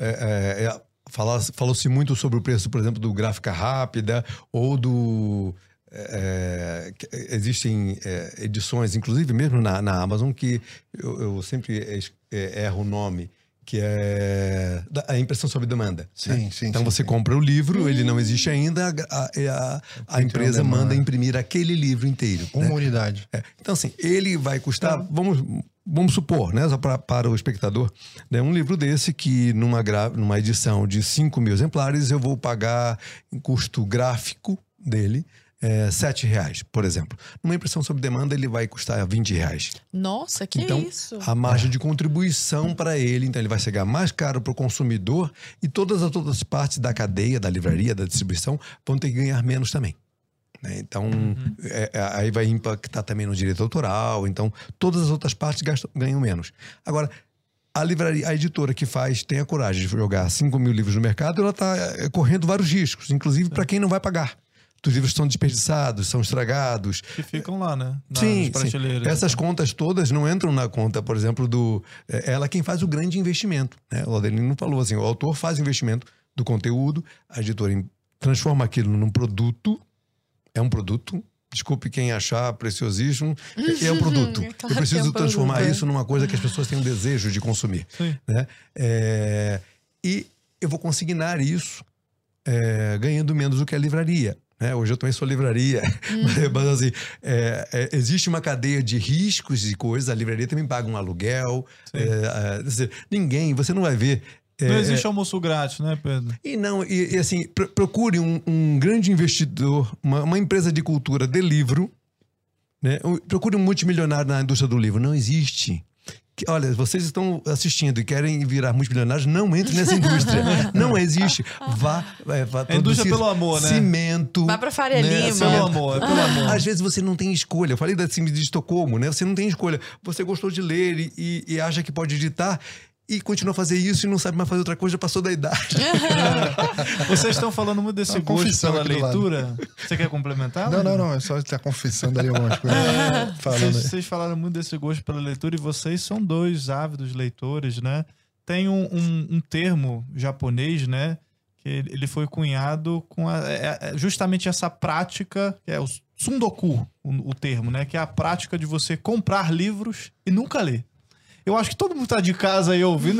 Falou-se muito sobre o preço, por exemplo, do Gráfica Rápida ou do... existem edições, inclusive mesmo na Amazon, que eu sempre erro o nome, que é a impressão sob demanda. Sim. Então você compra o livro, ele não existe ainda, a empresa manda imprimir aquele livro inteiro. Uma unidade. Então assim, ele vai custar... Vamos supor, né, só para o espectador, né, um livro desse que numa edição de 5.000 exemplares eu vou pagar em custo gráfico dele R$7, por exemplo. Numa impressão sob demanda ele vai custar R$20. Nossa, que então, isso! A margem de contribuição para ele, então ele vai chegar mais caro para o consumidor e todas as outras partes da cadeia, da livraria, da distribuição vão ter que ganhar menos também. Então, aí vai impactar também no direito autoral. Então, todas as outras partes ganham menos. Agora, a editora que tem a coragem de jogar 5.000 livros no mercado, ela está correndo vários riscos, inclusive para quem não vai pagar. Os livros são desperdiçados, são estragados. Que ficam lá, né? Sim. Essas contas todas não entram na conta, por exemplo, ela quem faz o grande investimento, né? O Adelino falou assim, o autor faz o investimento do conteúdo, a editora transforma aquilo num produto. É um produto, Desculpe quem achar preciosismo, é um produto. Claro Eu preciso que é um transformar produto, isso numa coisa que as pessoas tenham desejo de consumir. Né? E eu vou consignar isso ganhando menos do que a livraria. Né? Hoje eu também sou livraria, mas assim, existe uma cadeia de riscos e coisas. A livraria também paga um aluguel. Você não vai ver... Não existe almoço grátis, né, Pedro? E assim, procure um grande investidor, uma empresa de cultura de livro, né? Procure um multimilionário na indústria do livro. Não existe. Olha, vocês estão assistindo e querem virar multimilionários, não entre nessa indústria. Não existe. Vá indústria pelo amor, né? Cimento. Vá pra Faria Lima. Pelo amor, pelo amor. Às vezes você não tem escolha. Eu falei da Síndrome de Estocolmo, né? Você não tem escolha. Você gostou de ler e acha que pode editar e continua a fazer isso e não sabe mais fazer outra coisa, já passou da idade. Vocês estão falando muito desse gosto pela leitura. Você quer complementar? Não. É só estar confessando ali algumas coisas. Vocês falaram muito desse gosto pela leitura e vocês são dois ávidos leitores, né? Tem um termo japonês, né? Que ele foi cunhado com justamente essa prática, que é o sundoku, o termo, né? Que é a prática de você comprar livros e nunca ler. Eu acho que todo mundo tá de casa aí ouvindo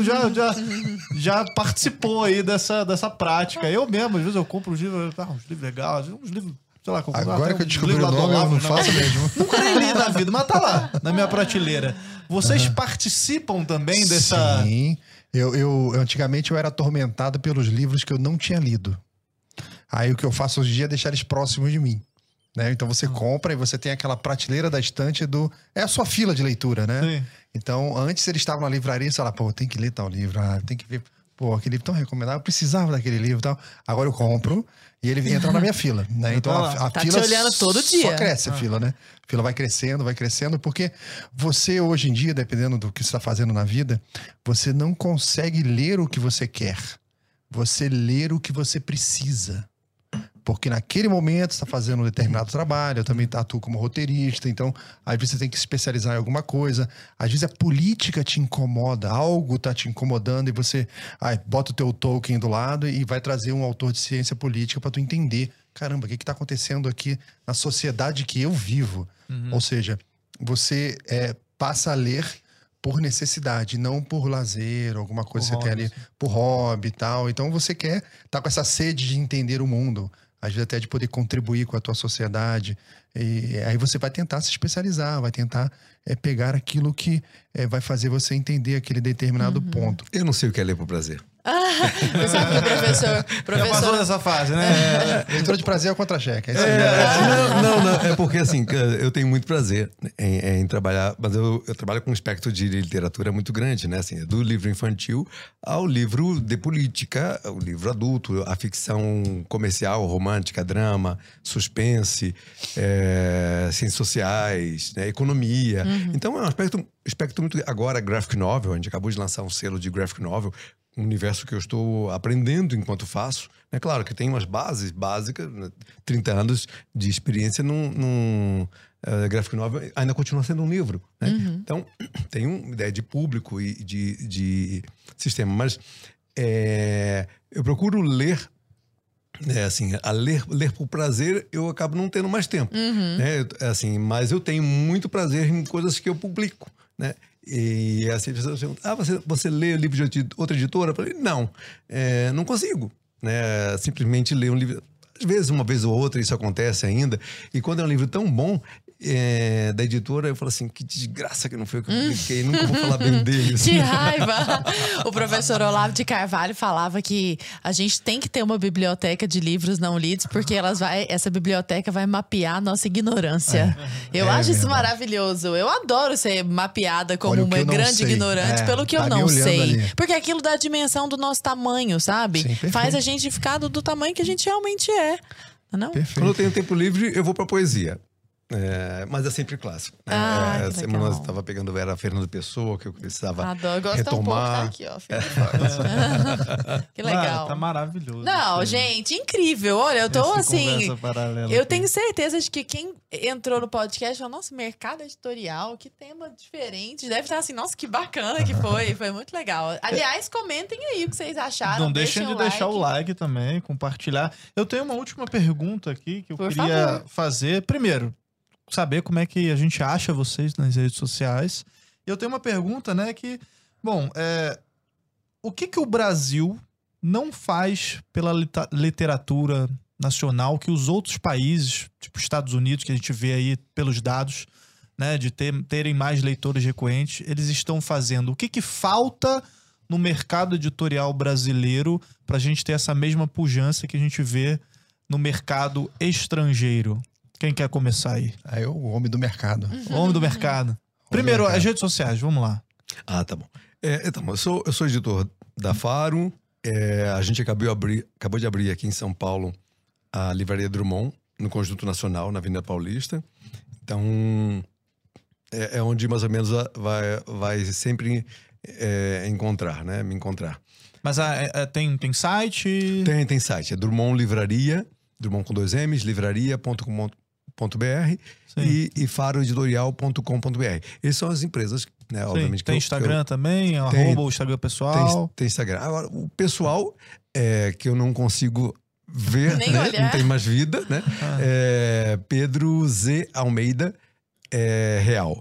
já participou aí dessa prática. Eu mesmo, às vezes eu compro uns livros legais, uns livros, sei lá... Agora que eu descobri o nome, eu não faço mesmo. Nunca nem li na vida, mas tá lá, na minha prateleira. Vocês participam também dessa... Sim, antigamente eu era atormentado pelos livros que eu não tinha lido. Aí o que eu faço hoje em dia é deixar eles próximos de mim. Né? Então você compra e você tem aquela prateleira da estante é a sua fila de leitura, né? Sim. Então, antes eles estavam na livraria e você fala, pô, tem que ler tal livro, tem que ver, pô, aquele livro tão recomendado, eu precisava daquele livro e tal. Agora eu compro e ele entra na minha fila, né? Então a tá fila te olhando todo dia. Só cresce a fila, né? A fila vai crescendo, porque você hoje em dia, dependendo do que você está fazendo na vida, você não consegue ler o que você quer. Você lê o que você precisa. Porque naquele momento você está fazendo um determinado trabalho, eu também atuo como roteirista, então às vezes você tem que se especializar em alguma coisa. Às vezes a política te incomoda, algo está te incomodando e você bota o teu Tolkien do lado e vai trazer um autor de ciência política para tu entender, caramba, o que está acontecendo aqui na sociedade que eu vivo? Ou seja, você passa a ler por necessidade, não por lazer, alguma coisa que você tem ali, por hobby e tal. Então você quer estar com essa sede de entender o mundo, às vezes até de poder contribuir com a tua sociedade. E aí você vai tentar se especializar, vai tentar pegar aquilo que vai fazer você entender aquele determinado ponto. Eu não sei o que é ler por prazer. Você sabe que o professor... Já passou dessa fase, né? Leitura de prazer é o contra-cheque. Não. É porque, assim, eu tenho muito prazer em trabalhar, mas eu trabalho com um espectro de literatura muito grande, né? Assim, do livro infantil ao livro de política, o livro adulto, a ficção comercial, romântica, drama, suspense, ciências sociais, né? Economia. Então, é um espectro muito... Agora, graphic novel, a gente acabou de lançar um selo de graphic novel, um universo que eu estou aprendendo enquanto faço. É claro que tem umas bases básicas, né? 30 anos de experiência num graphic novel ainda continua sendo um livro. Né? Então, tem uma ideia de público e de sistema. Mas eu procuro ler, assim, ler por prazer, eu acabo não tendo mais tempo. Né? Assim, mas eu tenho muito prazer em coisas que eu publico, né? E assim, as pessoas perguntam, você lê o livro de outra editora? Eu falei, não, não consigo, né? Simplesmente ler um livro. Às vezes, uma vez ou outra, isso acontece ainda. E quando é um livro tão bom da editora, eu falo assim, que desgraça que não foi o que eu publiquei, nunca vou falar bem dele. Assim. Que raiva! O professor Olavo de Carvalho falava que a gente tem que ter uma biblioteca de livros não lidos, porque essa biblioteca vai mapear a nossa ignorância. Eu acho isso maravilhoso. Eu adoro ser mapeada como uma grande ignorante pelo que eu não sei. Ali. Porque aquilo dá a dimensão do nosso tamanho, sabe? Sim, faz a gente ficar do tamanho que a gente realmente é. Não? Quando eu tenho tempo livre, eu vou pra poesia. Mas é sempre clássico. Semana eu estava pegando Vera Fernando Pessoa, que eu precisava retomar. Aqui, ó, que legal. Tá maravilhoso. Não, gente, incrível. Olha, eu tô assim... Eu tenho certeza de que quem entrou no podcast falou, nossa, mercado editorial, que tema diferente. Deve estar assim, nossa, que bacana que foi. Foi muito legal. Aliás, comentem aí o que vocês acharam. Não deixem de deixar o like também, compartilhar. Eu tenho uma última pergunta aqui que eu queria fazer. Primeiro, saber como é que a gente acha vocês nas redes sociais. E eu tenho uma pergunta, né, que... Bom, o que o Brasil não faz pela literatura nacional que os outros países, tipo Estados Unidos, que a gente vê aí pelos dados, né, de terem mais leitores recorrentes, eles estão fazendo? O que falta no mercado editorial brasileiro para a gente ter essa mesma pujança que a gente vê no mercado estrangeiro? Quem quer começar aí? Aí o homem do mercado. O homem do mercado. Primeiro, as redes sociais, vamos lá. Ah, tá bom. Então, eu sou editor da Faro. A gente acabou de abrir aqui em São Paulo a Livraria Drummond, no Conjunto Nacional, na Avenida Paulista. Então, é onde mais ou menos vai sempre encontrar, né? Me encontrar. Mas tem site? Tem site. É Drummond Livraria, Drummond com 2 M's, livraria.com.br e faroeditorial.com.br. Essas são as empresas, né? Sim, obviamente. Tem Instagram também? Arroba o Instagram pessoal? Tem Instagram. Agora, o pessoal que eu não consigo ver, nem né? olhar. Não tem mais vida, né? Pedro Z. Almeida Real.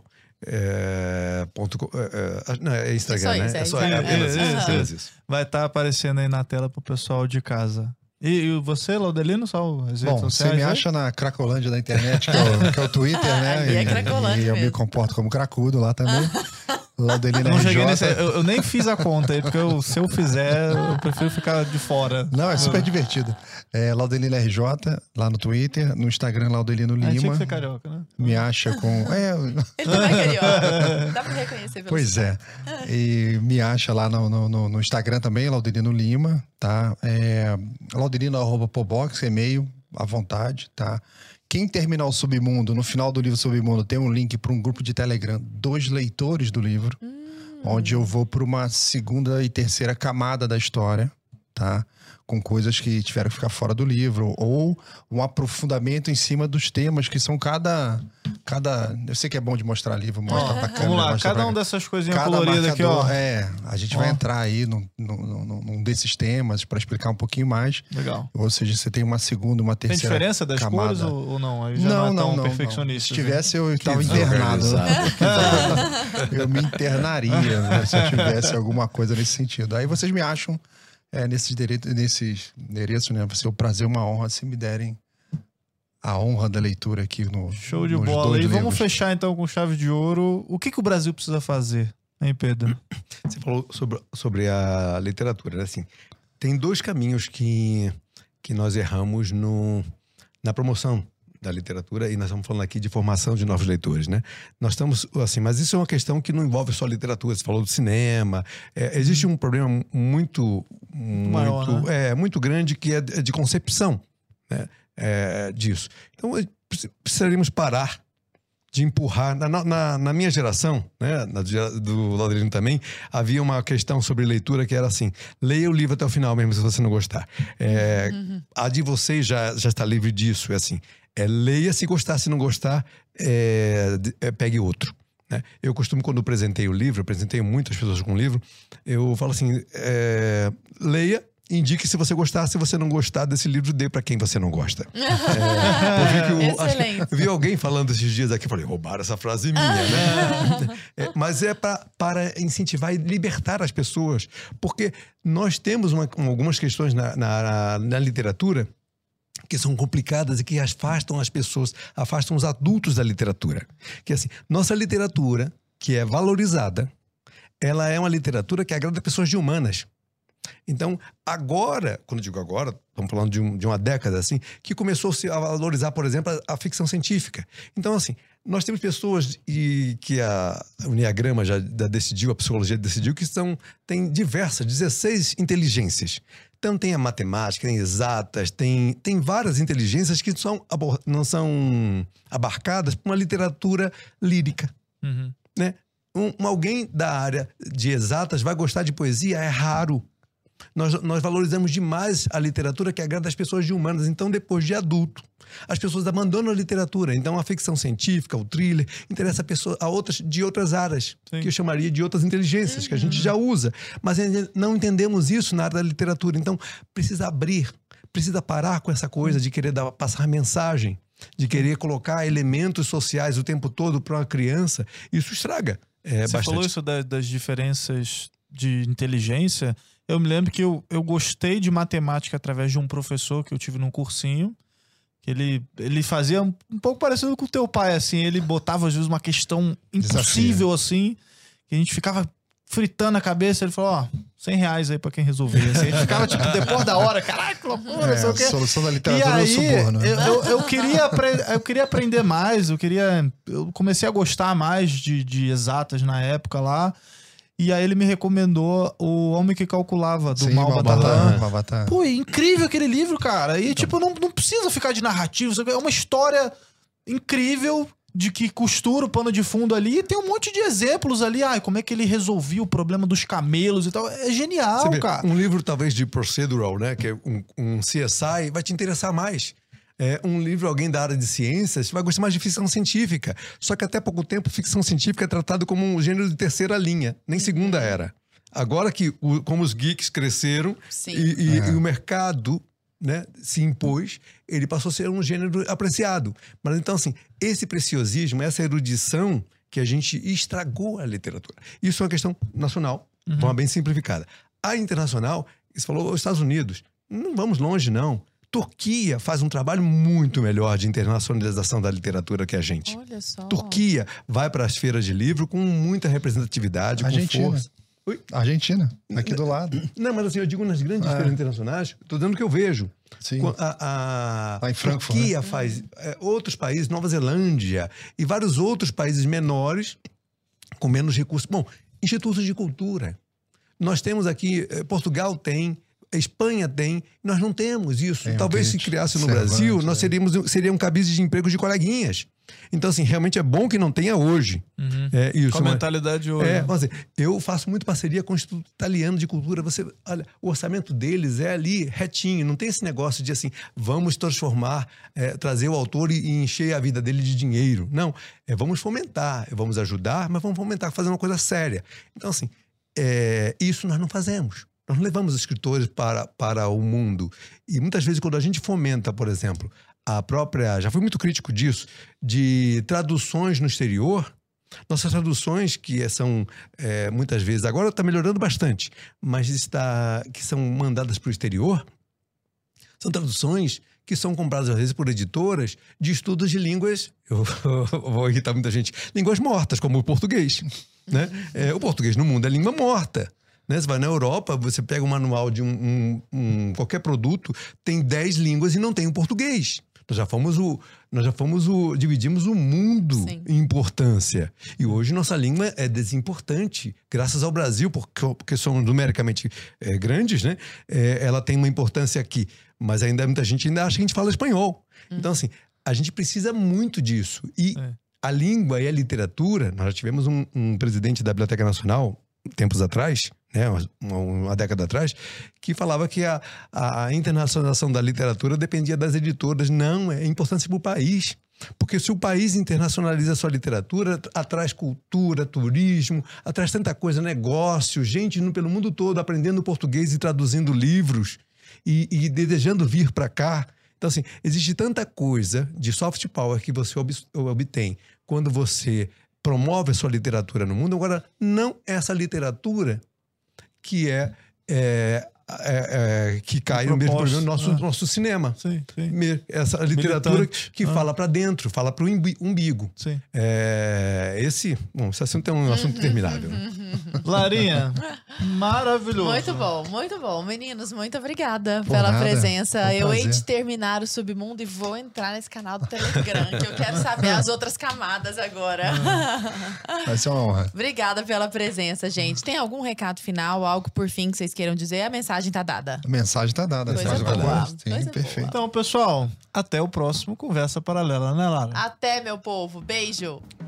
Não, é Instagram, Isso, né? isso, apenas isso. Vai estar aparecendo aí na tela pro pessoal de casa. E você, Laudelino, só as redes Bom, sociais? você me acha na Cracolândia da internet, que é o Twitter, né? Ali é Cracolândia e eu me mesmo. comporto como cracudo lá também. Laudelino Não RJ. cheguei nesse, eu nem fiz a conta aí, porque se eu fizer, eu prefiro ficar de fora. Não, é super divertido. Laudelino RJ, lá no Twitter, no Instagram, Laudelino Tinha Lima. que ser carioca, né? Me acha com... Ele também é carioca. Dá pra reconhecer pelo Pois é. E me acha lá no Instagram também, Laudelino Lima, tá? Laudelino@pobox, e-mail, à vontade, tá? Quem terminar o Submundo, no final do livro Submundo, tem um link para um grupo de Telegram dos leitores do livro, onde eu vou para uma segunda e terceira camada da história, tá? Com coisas que tiveram que ficar fora do livro, ou um aprofundamento em cima dos temas que são cada... Eu sei que é bom de mostrar livro, mostra pra câmera. Vamos lá, mostra cada pra... um dessas coisinhas coloridas aqui, ó. A gente vai entrar aí num desses temas para explicar um pouquinho mais. Legal. Ou seja, você tem uma segunda, uma Tem terceira diferença das camada. cores ou não? Aí já não é tão perfeccionista. Se tivesse, eu estava visão internado. organizada. Eu me internaria, né, se eu tivesse alguma coisa nesse sentido. Aí vocês me acham nesses endereços, né? Vai ser um prazer, uma honra se me derem a honra da leitura aqui no Show de nos bola. dois E vamos livros. fechar então com chave de ouro. O que o Brasil precisa fazer, hein, Pedro? Você falou sobre a literatura, né? Assim, tem 2 caminhos que nós erramos na promoção da literatura, e nós estamos falando aqui de formação de novos leitores, né? Nós estamos, assim, mas isso é uma questão que não envolve só literatura. Você falou do cinema. Existe um problema muito maior, né? muito grande, que é de concepção, né? Disso. Então, precisaríamos parar de empurrar. Na minha geração, né, do Laudelino também, havia uma questão sobre leitura que era assim: leia o livro até o final, mesmo se você não gostar. A de vocês já está livre disso. É assim: leia, se gostar, se não gostar, pegue outro. Né? Eu costumo, quando apresentei o livro, apresentei muitas pessoas com o livro, eu falo assim: leia, indique se você gostar. Se você não gostar desse livro, dê para quem você não gosta. Excelente. Eu vi alguém falando esses dias aqui, eu falei: roubaram essa frase minha, né? Mas é para incentivar e libertar as pessoas, porque nós temos algumas questões na literatura que são complicadas e que afastam as pessoas, afastam os adultos da literatura. Que assim, nossa literatura, que é valorizada, ela é uma literatura que agrada pessoas de humanas. Então, agora, quando eu digo agora, estamos falando de uma década, assim, que começou-se a valorizar, por exemplo, a ficção científica. Então, assim, nós temos pessoas que o Enneagrama já decidiu, a psicologia decidiu, que tem diversas, 16 inteligências. Então, tem a matemática, tem exatas, tem várias inteligências que não são abarcadas por uma literatura lírica, né? Alguém da área de exatas vai gostar de poesia? É raro. Nós valorizamos demais a literatura que agrada as pessoas de humanas. Então, depois de adulto, as pessoas abandonam a literatura. Então, a ficção científica, o thriller, interessa a outras de outras áreas. Sim. Que eu chamaria de outras inteligências, que a gente já usa. Mas não entendemos isso na área da literatura. Então, precisa abrir, precisa parar com essa coisa de querer passar mensagem. de querer colocar elementos sociais o tempo todo para uma criança, isso estraga Você bastante. falou isso das diferenças de inteligência. Eu me lembro que eu gostei de matemática através de um professor que eu tive num cursinho. Que ele fazia um pouco parecido com o teu pai, assim. Ele botava, às vezes, uma questão impossível, assim, que a gente ficava fritando a cabeça. Ele falou, ó, R$100 aí pra quem resolver. Assim, a gente ficava, tipo, depois da hora, caraca, que loucura, não sei o quê. A solução da E literatura é o aí, suborno. eu queria aprender mais, eu comecei a gostar mais de exatas na época lá. E aí ele me recomendou O Homem que Calculava, do Malbataran. Malbataran. Pô, é incrível aquele livro, cara. E, tipo, não precisa ficar de narrativo. Sabe? É uma história incrível de que costura o pano de fundo ali. E tem um monte de exemplos ali. Ai, como é que ele resolvia o problema dos camelos e tal. É genial, Você vê, cara. um livro talvez de procedural, né? Que é um CSI, vai te interessar mais. Um livro, alguém da área de ciências, vai gostar mais de ficção científica. Só que até pouco tempo, ficção científica é tratado como um gênero de terceira linha. Nem segunda era. Agora que, como os geeks cresceram e o mercado, né, se impôs, ele passou a ser um gênero apreciado. Mas então, assim, esse preciosismo, essa erudição que a gente estragou a literatura. Isso é uma questão nacional, de forma bem simplificada. A internacional, você falou, os Estados Unidos, não vamos longe, não. Turquia faz um trabalho muito melhor de internacionalização da literatura que a gente. Olha só. Turquia vai para as feiras de livro com muita representatividade, Argentina. com força. Oi? Argentina, aqui do lado. Não, mas assim, eu digo nas grandes feiras internacionais, estou dando o que eu vejo. Sim. A Lá em Frankfurt, Turquia faz, outros países, Nova Zelândia e vários outros países menores com menos recursos. Bom, institutos de cultura. Nós temos aqui, Portugal tem, Espanha tem, nós não temos isso. Talvez se criasse no Brasil, nós seríamos cabizes de emprego de coleguinhas. Então, assim, realmente é bom que não tenha hoje. Isso, Com a mentalidade hoje. vamos dizer, eu faço muito parceria com o Instituto Italiano de Cultura. Olha, o orçamento deles é ali retinho, não tem esse negócio de assim, vamos transformar, trazer o autor e encher a vida dele de dinheiro. Não, vamos fomentar, vamos ajudar, mas vamos fomentar, fazer uma coisa séria. Então, assim, isso nós não fazemos. Nós não levamos escritores para o mundo. E muitas vezes, quando a gente fomenta, por exemplo, a própria... Já fui muito crítico disso, de traduções no exterior. Nossas traduções, que são muitas vezes... Agora está melhorando bastante, mas que são mandadas para o exterior, são traduções que são compradas, às vezes, por editoras de estudos de línguas... Eu vou irritar muita gente. Línguas mortas, como o português. Né? O português no mundo é língua morta. Né? Você vai na Europa, você pega um manual de qualquer produto, tem 10 línguas e não tem o português. Dividimos o mundo em importância. E hoje nossa língua é desimportante, graças ao Brasil, porque somos numericamente grandes, né? Ela tem uma importância aqui, mas muita gente ainda acha que a gente fala espanhol. Então, assim, a gente precisa muito disso. E a língua e a literatura, nós já tivemos um presidente da Biblioteca Nacional, tempos atrás, né, uma década atrás, que falava que a internacionalização da literatura dependia das editoras. Não, é importante para o país. Porque se o país internacionaliza a sua literatura, atrai cultura, turismo, atrai tanta coisa, negócio, gente pelo mundo todo aprendendo português e traduzindo livros e desejando vir para cá. Então, assim, existe tanta coisa de soft power que você obtém quando você promove a sua literatura no mundo. Agora, não essa literatura que que cai no mesmo problema do nosso cinema. Sim. Essa literatura Militante. que fala para dentro, fala para o umbigo. Sim. Esse assunto é um assunto interminável. Larinha, maravilhoso. Muito bom. Meninos, muito obrigada Por pela nada. presença. Foi um Eu hei prazer. de terminar o Submundo e vou entrar nesse canal do Telegram, que eu quero saber as outras camadas agora. Vai ser uma honra. Obrigada pela presença, gente. Tem algum recado final, algo por fim que vocês queiram dizer? A mensagem tá dada. A mensagem tá dada. Coisa Coisa boa. Sim, Coisa perfeito. Então, pessoal, até o próximo Conversa Paralela, né, Lara? Até, meu povo. Beijo.